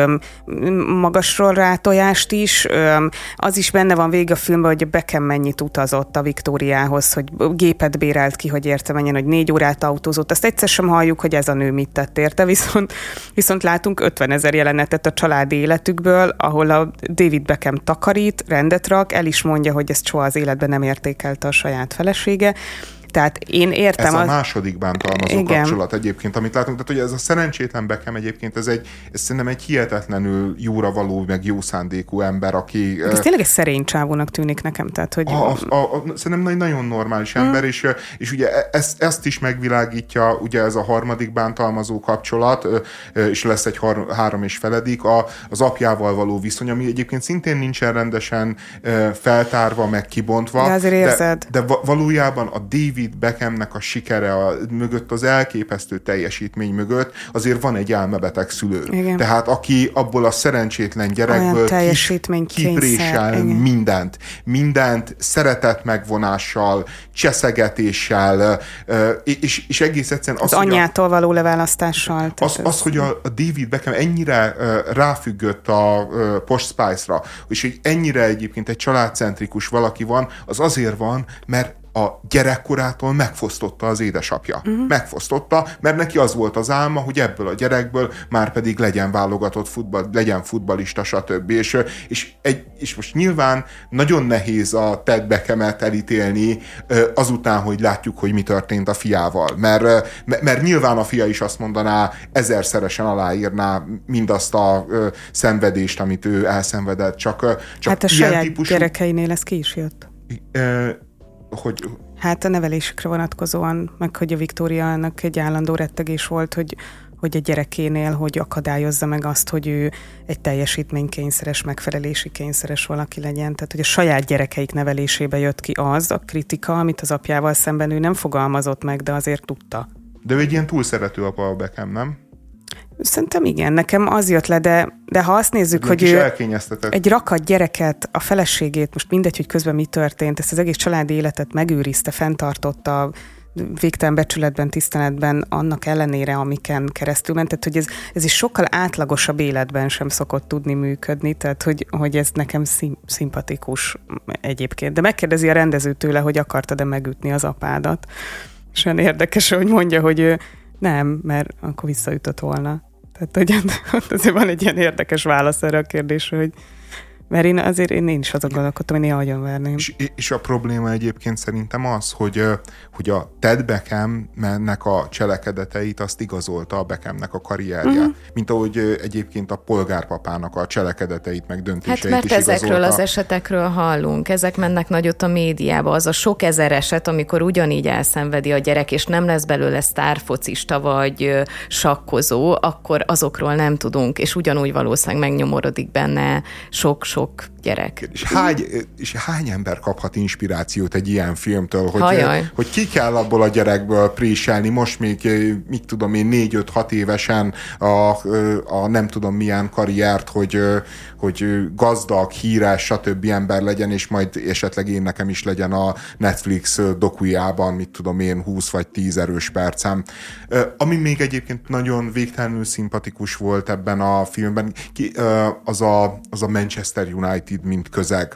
magasról rátojást is, az is benne van végig a filmben, hogy a Beckham mennyit utazott a Victoriához, hogy gépet bérelt ki, hogy érte menjen, hogy négy órát autózott. Azt egyszer sem halljuk, hogy ez a nő mit tett érte, viszont, viszont látunk ötvenezer jelenetet a családi életükből, ahol a David Beckham takarít, rendet rak, el is mondja, hogy ezt soha az életben nem értékelte a saját felesége. Tehát én értem. Ez a az... második bántalmazó Igen. kapcsolat egyébként, amit látunk. Tehát, hogy ez a szerencsétlen Beckham egyébként, ez, egy, ez szerintem egy hihetetlenül jóra való, meg jó szándékú ember, aki... Ez tényleg egy szerény csávónak tűnik nekem, tehát, hogy... A, a, a, szerintem egy nagyon normális ember, hmm. és, és ugye ezt, ezt is megvilágítja, ugye ez a harmadik bántalmazó kapcsolat, és lesz egy har, három és feledik, a, az apjával való viszony, ami egyébként szintén nincsen rendesen feltárva, meg kibontva. De azért érzed. De, de valójában a David Beckhamnek a sikere a, mögött, az elképesztő teljesítmény mögött azért van egy elmebeteg szülő. Igen. Tehát aki abból a szerencsétlen gyerekből kiprésel mindent. Mindent szeretet megvonással, cseszegetéssel, és, és egész egyszerűen az, az anyjától a, való leválasztással. Az, az, hogy a, a David Beckham ennyire ráfüggött a Posh Spice-ra, és hogy ennyire egyébként egy családcentrikus valaki van, az azért van, mert a gyerekkorától megfosztotta az édesapja. Uh-huh. Megfosztotta, mert neki az volt az álma, hogy ebből a gyerekből már pedig legyen válogatott futball, legyen futballista, stb. És, és, egy, és most nyilván nagyon nehéz a Ted Beckhamet elítélni azután, hogy látjuk, hogy mi történt a fiával. Mert, mert nyilván a fia is azt mondaná, ezerszeresen aláírná mindazt a szenvedést, amit ő elszenvedett. Csak, csak hát a saját típusú... gyerekeinél ez ki is jött. Hogy... Hát a nevelésükre vonatkozóan, meg hogy a Viktóriának egy állandó rettegés volt, hogy, hogy a gyerekénél, hogy akadályozza meg azt, hogy ő egy teljesítménykényszeres, megfelelési kényszeres valaki legyen. Tehát, hogy a saját gyerekeik nevelésébe jött ki az a kritika, amit az apjával szemben ő nem fogalmazott meg, de azért tudta. De ő egy ilyen túlszerető apa a Beckham, nem? Szerintem igen, nekem az jött le, de, de ha azt nézzük, hogy ő egy rakat gyereket, a feleségét, most mindegy, hogy közben mi történt, ezt az egész családi életet megőrizte, fenntartotta, végtelen becsületben, tiszteletben, annak ellenére, amiken keresztül ment, tehát hogy ez, ez is sokkal átlagosabb életben sem szokott tudni működni, tehát hogy, hogy ez nekem szim, szimpatikus egyébként. De megkérdezi a rendező tőle, hogy akartad-e megütni az apádat. És olyan érdekes, hogy mondja, hogy ő nem, mert akkor visszaütött volna. Tehát, hogy azért van egy ilyen érdekes válasz erre a kérdésre, hogy mert én azért én, én is azon gondolkodtam, hogy néha agyonverném. És, és a probléma egyébként szerintem az, hogy, hogy a Ted Beckhamnek a cselekedeteit azt igazolta a Beckhamnek a karrierje. Uh-huh. Mint ahogy egyébként a polgárpapának a cselekedeteit, meg döntéseit hát mert is ezekről igazolta. Az esetekről hallunk, ezek mennek nagyot a médiába. Az a sok ezer eset, amikor ugyanígy elszenvedi a gyerek, és nem lesz belőle sztárfocista vagy sakkozó, akkor azokról nem tudunk, és ugyanúgy valószínűleg megnyomorodik benne sok-sok gyerek. És hány, és hány ember kaphat inspirációt egy ilyen filmtől, hogy, hogy ki kell abból a gyerekből préselni, most még, mit tudom én, négy-öt-hat évesen a, a nem tudom milyen karriert, hogy, hogy gazdag, híres, stb. Ember legyen, és majd esetleg én nekem is legyen a Netflix dokujában, mit tudom én, húsz vagy tíz erős percem. Ami még egyébként nagyon végtelenül szimpatikus volt ebben a filmben, az a, az a Manchester United, mint közeg.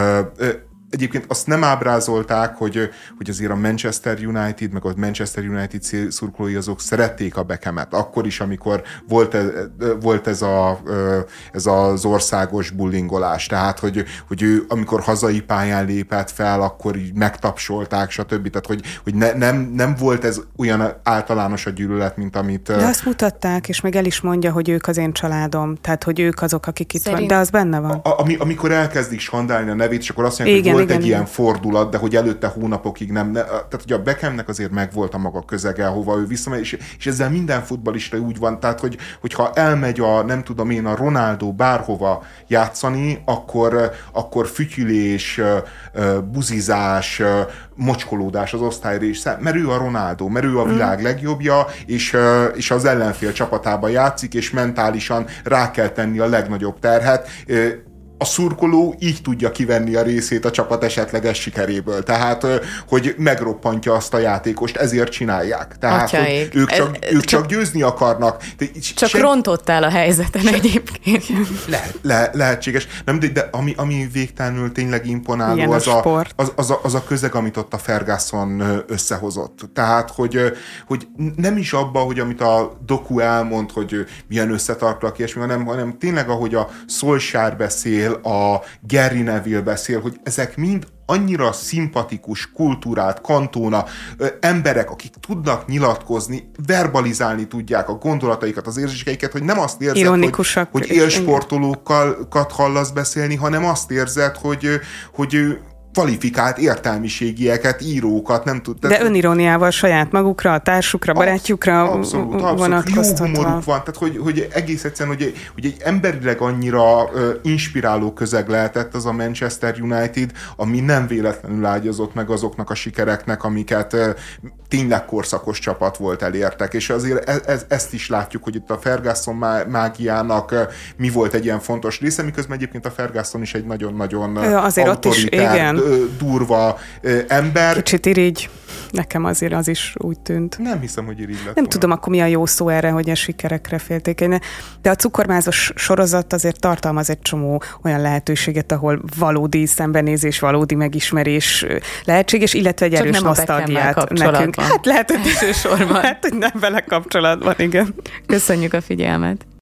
Egyébként azt nem ábrázolták, hogy, hogy azért a Manchester United, meg a Manchester United szurkolói azok szerették a Beckhamet. Akkor is, amikor volt ez, volt ez, a, ez az országos bullingolás. Tehát, hogy, hogy ő, amikor hazai pályán lépett fel, akkor így megtapsolták, stb. Tehát, hogy, hogy ne, nem, nem volt ez olyan általános a gyűlölet, mint amit... De azt mutatták, és meg el is mondja, hogy ők az én családom. Tehát, hogy ők azok, akik itt Szerint... van. De az benne van. A, ami, amikor elkezdik skandálni a nevét, és akkor azt mondják, igen, hogy volt igen, egy igen. ilyen fordulat, de hogy előtte hónapokig nem. ne, Tehát, hogy a Beckhamnek azért megvolt a maga közege, hova ő visszamegy, és, és ezzel minden futballista úgy van, tehát, hogy, hogyha elmegy a, nem tudom én, a Ronaldo bárhova játszani, akkor, akkor fütyülés, buzizás, mocskolódás az osztályrészen, mert ő a Ronaldo, mert ő a világ legjobbja, és, és az ellenfél csapatában játszik, és mentálisan rá kell tenni a legnagyobb terhet. A szurkoló így tudja kivenni a részét a csapat esetleges sikeréből. Tehát, hogy megroppantja azt a játékost, ezért csinálják. Tehát, hogy ők, csak, ez, ők csak, csak győzni akarnak. De csak se, rontottál a helyzeten se, egyébként. Le, le, lehetséges. Nem, de, de ami, ami végtelenül tényleg imponáló, az a, a, az, az, a, az a közeg, amit ott a Ferguson összehozott. Tehát, hogy, hogy nem is abba, hogy amit a doku elmond, hogy milyen összetartalak, ilyesmi, hanem, hanem tényleg, ahogy a Solskjaer beszél, a Gary Neville beszél, hogy ezek mind annyira szimpatikus, kultúrált, kantóna emberek, akik tudnak nyilatkozni, verbalizálni tudják a gondolataikat, az érzéseiket, hogy nem azt érzed, hogy, hogy élsportolókat hallasz beszélni, hanem azt érzed, hogy, hogy kvalifikált értelmiségieket, írókat, nem tud. De öniróniával saját magukra, a társukra, barátjukra abszolút, vonatkoztatva. Jó humoruk van, tehát hogy, hogy egész egyszerűen, hogy, hogy egy emberileg annyira uh, inspiráló közeg lehetett az a Manchester United, ami nem véletlenül ágyazott meg azoknak a sikereknek, amiket uh, tényleg korszakos csapat volt, elértek, és azért e- e- ezt is látjuk, hogy itt a Ferguson mágiának uh, mi volt egy ilyen fontos része, miközben egyébként a Ferguson is egy nagyon-nagyon uh, azért ott is, igen. durva ember. Kicsit irigy. Nekem azért az is úgy tűnt. Nem hiszem, hogy irigy lett Nem volna. tudom, akkor mi a jó szó erre, hogy a sikerekre féltékeny. De a cukormázos sorozat azért tartalmaz egy csomó olyan lehetőséget, ahol valódi szembenézés, valódi megismerés lehetséges, illetve egy erős nosztalgiát nekünk. Hát lehet, hogy elsősorban. Hát, hogy nem vele kapcsolatban, igen. Köszönjük a figyelmet.